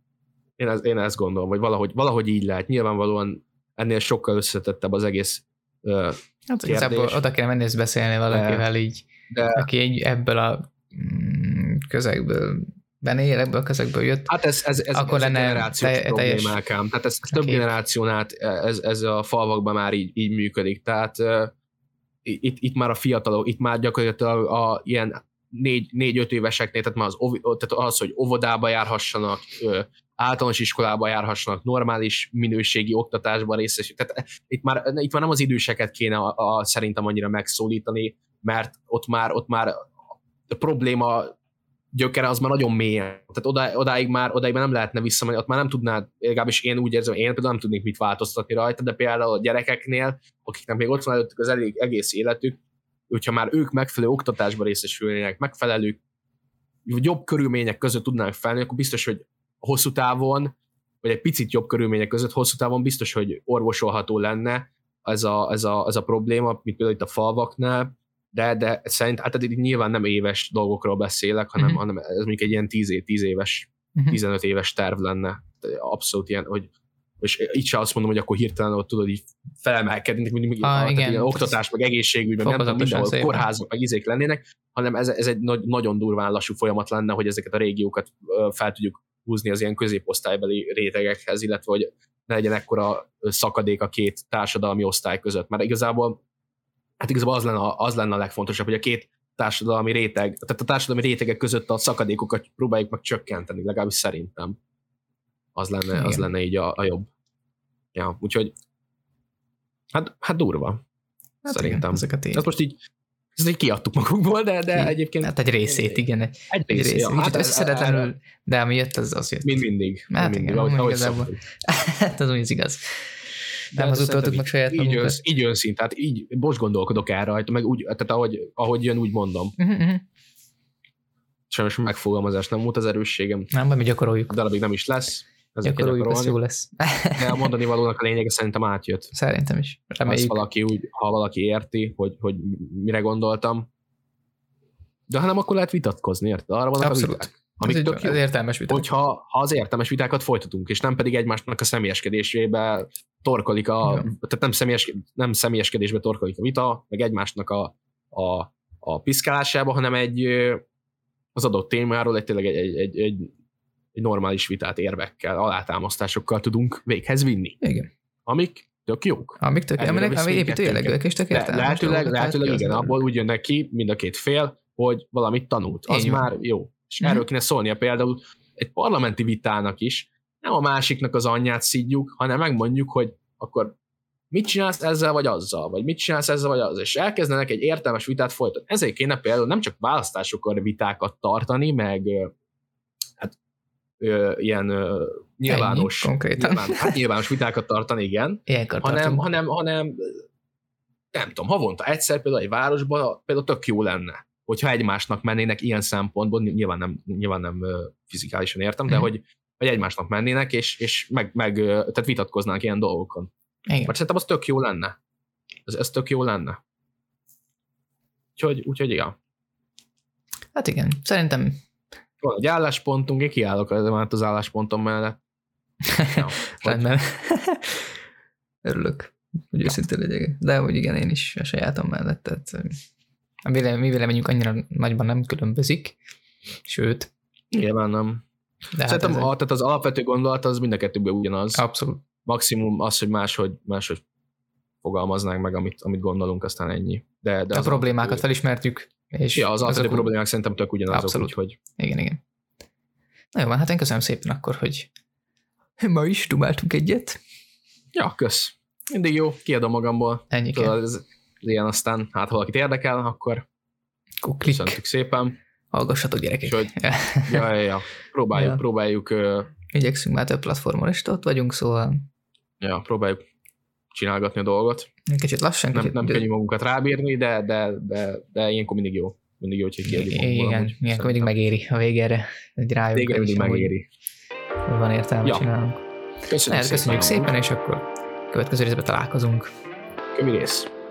én, ez, én ezt gondolom, hogy valahogy, valahogy így lehet. Nyilvánvalóan ennél sokkal összetettebb az egész uh, hát igazából oda kell menni ezt beszélni valakivel de, így, de, aki egy, ebből a mm, közegből benél, ebből a közegből jött. Hát ez, ez, ez, akkor ez lenne generációs te, problémákám. Tehát ez, ez több okay. generáción át ez, ez a falvakban már így, így működik. Tehát uh, itt, itt már a fiatalok, itt már gyakorlatilag a, a ilyen négy-öt éveseknél, tehát már az, tehát az, hogy óvodába járhassanak, uh, általános iskolába járhassanak, normális minőségi oktatásban részesülni. Tehát itt már, itt már nem az időseket kéne a, a, szerintem annyira megszólítani, mert ott már, ott már a probléma gyökere az már nagyon mélyen. Tehát oda, odáig, már, odáig már nem lehetne visszamenni, ott már nem tudnád, legalábbis én úgy érzem, én például nem tudnék mit változtatni rajta, de például a gyerekeknél, akiknek még ott van előttük az elég, egész életük, hogyha már ők megfelelő oktatásban részesülnének, megfelelő jobb körülmények között tudnának felnőni, akkor biztos, hogy hosszú távon, vagy egy picit jobb körülmények között hosszú távon biztos, hogy orvosolható lenne ez a, ez a, ez a probléma, mint például itt a falvaknál, de, de szerint, hát nyilván nem éves dolgokról beszélek, hanem, uh-huh. hanem ez mondjuk egy ilyen tíz, év, tíz éves, uh-huh. tizenöt éves terv lenne. Abszolút ilyen, hogy és itt sem azt mondom, hogy akkor hirtelen ott tudod így felemelkedni, mint ah, ilyen oktatás, meg egészségügy, meg nem tudom, mindenhol kórházak, meg izék lennének, hanem ez, ez egy nagy, nagyon durván lassú folyamat lenne, hogy ezeket a régiókat fel tudjuk húzni az ilyen középosztálybeli rétegekhez, illetve hogy ne legyen ekkora szakadék a két társadalmi osztály között, mert igazából, hát igazából az lenne, az lenne a legfontosabb, hogy a két társadalmi réteg, tehát a társadalmi rétegek között a szakadékokat próbáljuk meg csökkenteni, legalábbis szerintem. Az lenne, az lenne így a, a jobb. Ja, úgyhogy hát, hát durva. Hát szerintem. Igen, ezt most így ezt így kiadtuk magunkból, de, de egyébként... Hát egy részét, igen. Egy, egy részét. Ja, hát összeszeretlenül, de ami jött, az, az jött. Mind mindig. Hát mind igen, mindig, ahogy, igazából. Hát az úgy igaz. Nem az utoltuk meg saját így magunkat. Így jön szint, tehát így most gondolkodok el rajta, meg úgy, tehát ahogy, ahogy jön, úgy mondom. Uh-huh, uh-huh. Sajnos megfogalmazás nem volt az erősségem. Nem, mert mi gyakoroljuk. Darabig nem is lesz. Gyakoroljuk, ez jó lesz. De a mondani valónak a lényege szerintem átjött. Szerintem is. Reméljük. Azt valaki úgy, ha valaki érti, hogy, hogy mire gondoltam. De ha nem, akkor lehet vitatkozni, érted? Arra vannak abszolút. A viták. Amik ez tök jó. Az értelmes viták. Hogyha ha az értelmes vitákat folytatunk, és nem pedig egymásnak a személyeskedésébe torkolik a, ja. tehát nem, személyes, nem személyeskedésbe torkolik a vita, meg egymásnak a, a, a piszkálásába, hanem egy az adott témáról egy, tényleg egy, egy, egy, egy, egy normális vitát érvekkel, alátámasztásokkal tudunk véghez vinni. Igen. Amik tök jók. Amik tök jók, ami építőjelegek, és tök értelmes. Le, lehetőleg, lehetőleg igen, abból úgy jönnek ki mind a két fél, hogy valamit tanult. Az Én már jó. És mm-hmm. erről kéne szólnia például egy parlamenti vitának is, nem a másiknak az anyját szidjuk, hanem megmondjuk, hogy akkor mit csinálsz ezzel vagy azzal, vagy mit csinálsz ezzel vagy azzal, és elkezdenek egy értelmes vitát folytatni. Ezért kéne például nem csak választásokon vitákat tartani, meg hát ö, ilyen ö, nyilvános, nyilván, hát nyilvános vitákat tartani, igen, hanem, hanem, hanem nem tudom, havonta egyszer például egy városban például tök jó lenne, hogyha egymásnak mennének ilyen szempontból, nyilván nem, nyilván nem fizikálisan értem, de mm. hogy, hogy egymásnak mennének, és, és meg, meg tehát vitatkoznánk ilyen dolgokon. Igen. Mert szerintem az tök jó lenne. Ez, ez tök jó lenne. Úgyhogy, úgyhogy igen. Hát igen, szerintem... Van egy álláspontunk, én kiállok az, az álláspontom mellett. Ja, rendben. Örülök, hogy ja. őszintén legyek. De hogy igen, én is a sajátom mellett. Tehát a mi véleményünk annyira nagyban nem különbözik, sőt. Nyilván nem. De szerintem hát a, tehát az alapvető gondolat az mind a kettőből ugyanaz. Abszolút. Maximum az, hogy máshogy, máshogy fogalmaznánk meg, amit, amit gondolunk, aztán ennyi. De, de a problémákat felismertük. És ja, az alapvető problémák szerintem tök ugyanazok. Abszolút. Úgyhogy... Igen, igen. Na jó, hát én köszönöm szépen akkor, hogy ma is dumáltunk egyet. Ja, kösz. Mindig jó, kiadom magamból. Ennyi kell. Ez, ez ilyen aztán, hát ha valakit érdekel, akkor Kuklik. Köszöntük szépen. Hallgassatok, gyerekek. Hogy, ja, ja, ja. Próbáljuk, ja. próbáljuk. Uh, Igyekszünk már több platformon, és ott vagyunk, szóval... Ja, próbáljuk csinálgatni a dolgot. Kicsit lassan. Nem, kicsit nem könnyű magunkat rábírni, de, de, de, de ilyenkor mindig jó. Mindig jó, hogy kiadjuk magunkból. Igen, ilyenkor mindig megéri a végére. Egy rájuk. Végére mindig megéri. Van értelme, ja. Csinálunk. Köszönjük, Na, köszönjük szépen, szépen, és akkor következő részben találkozunk. Kövi rész.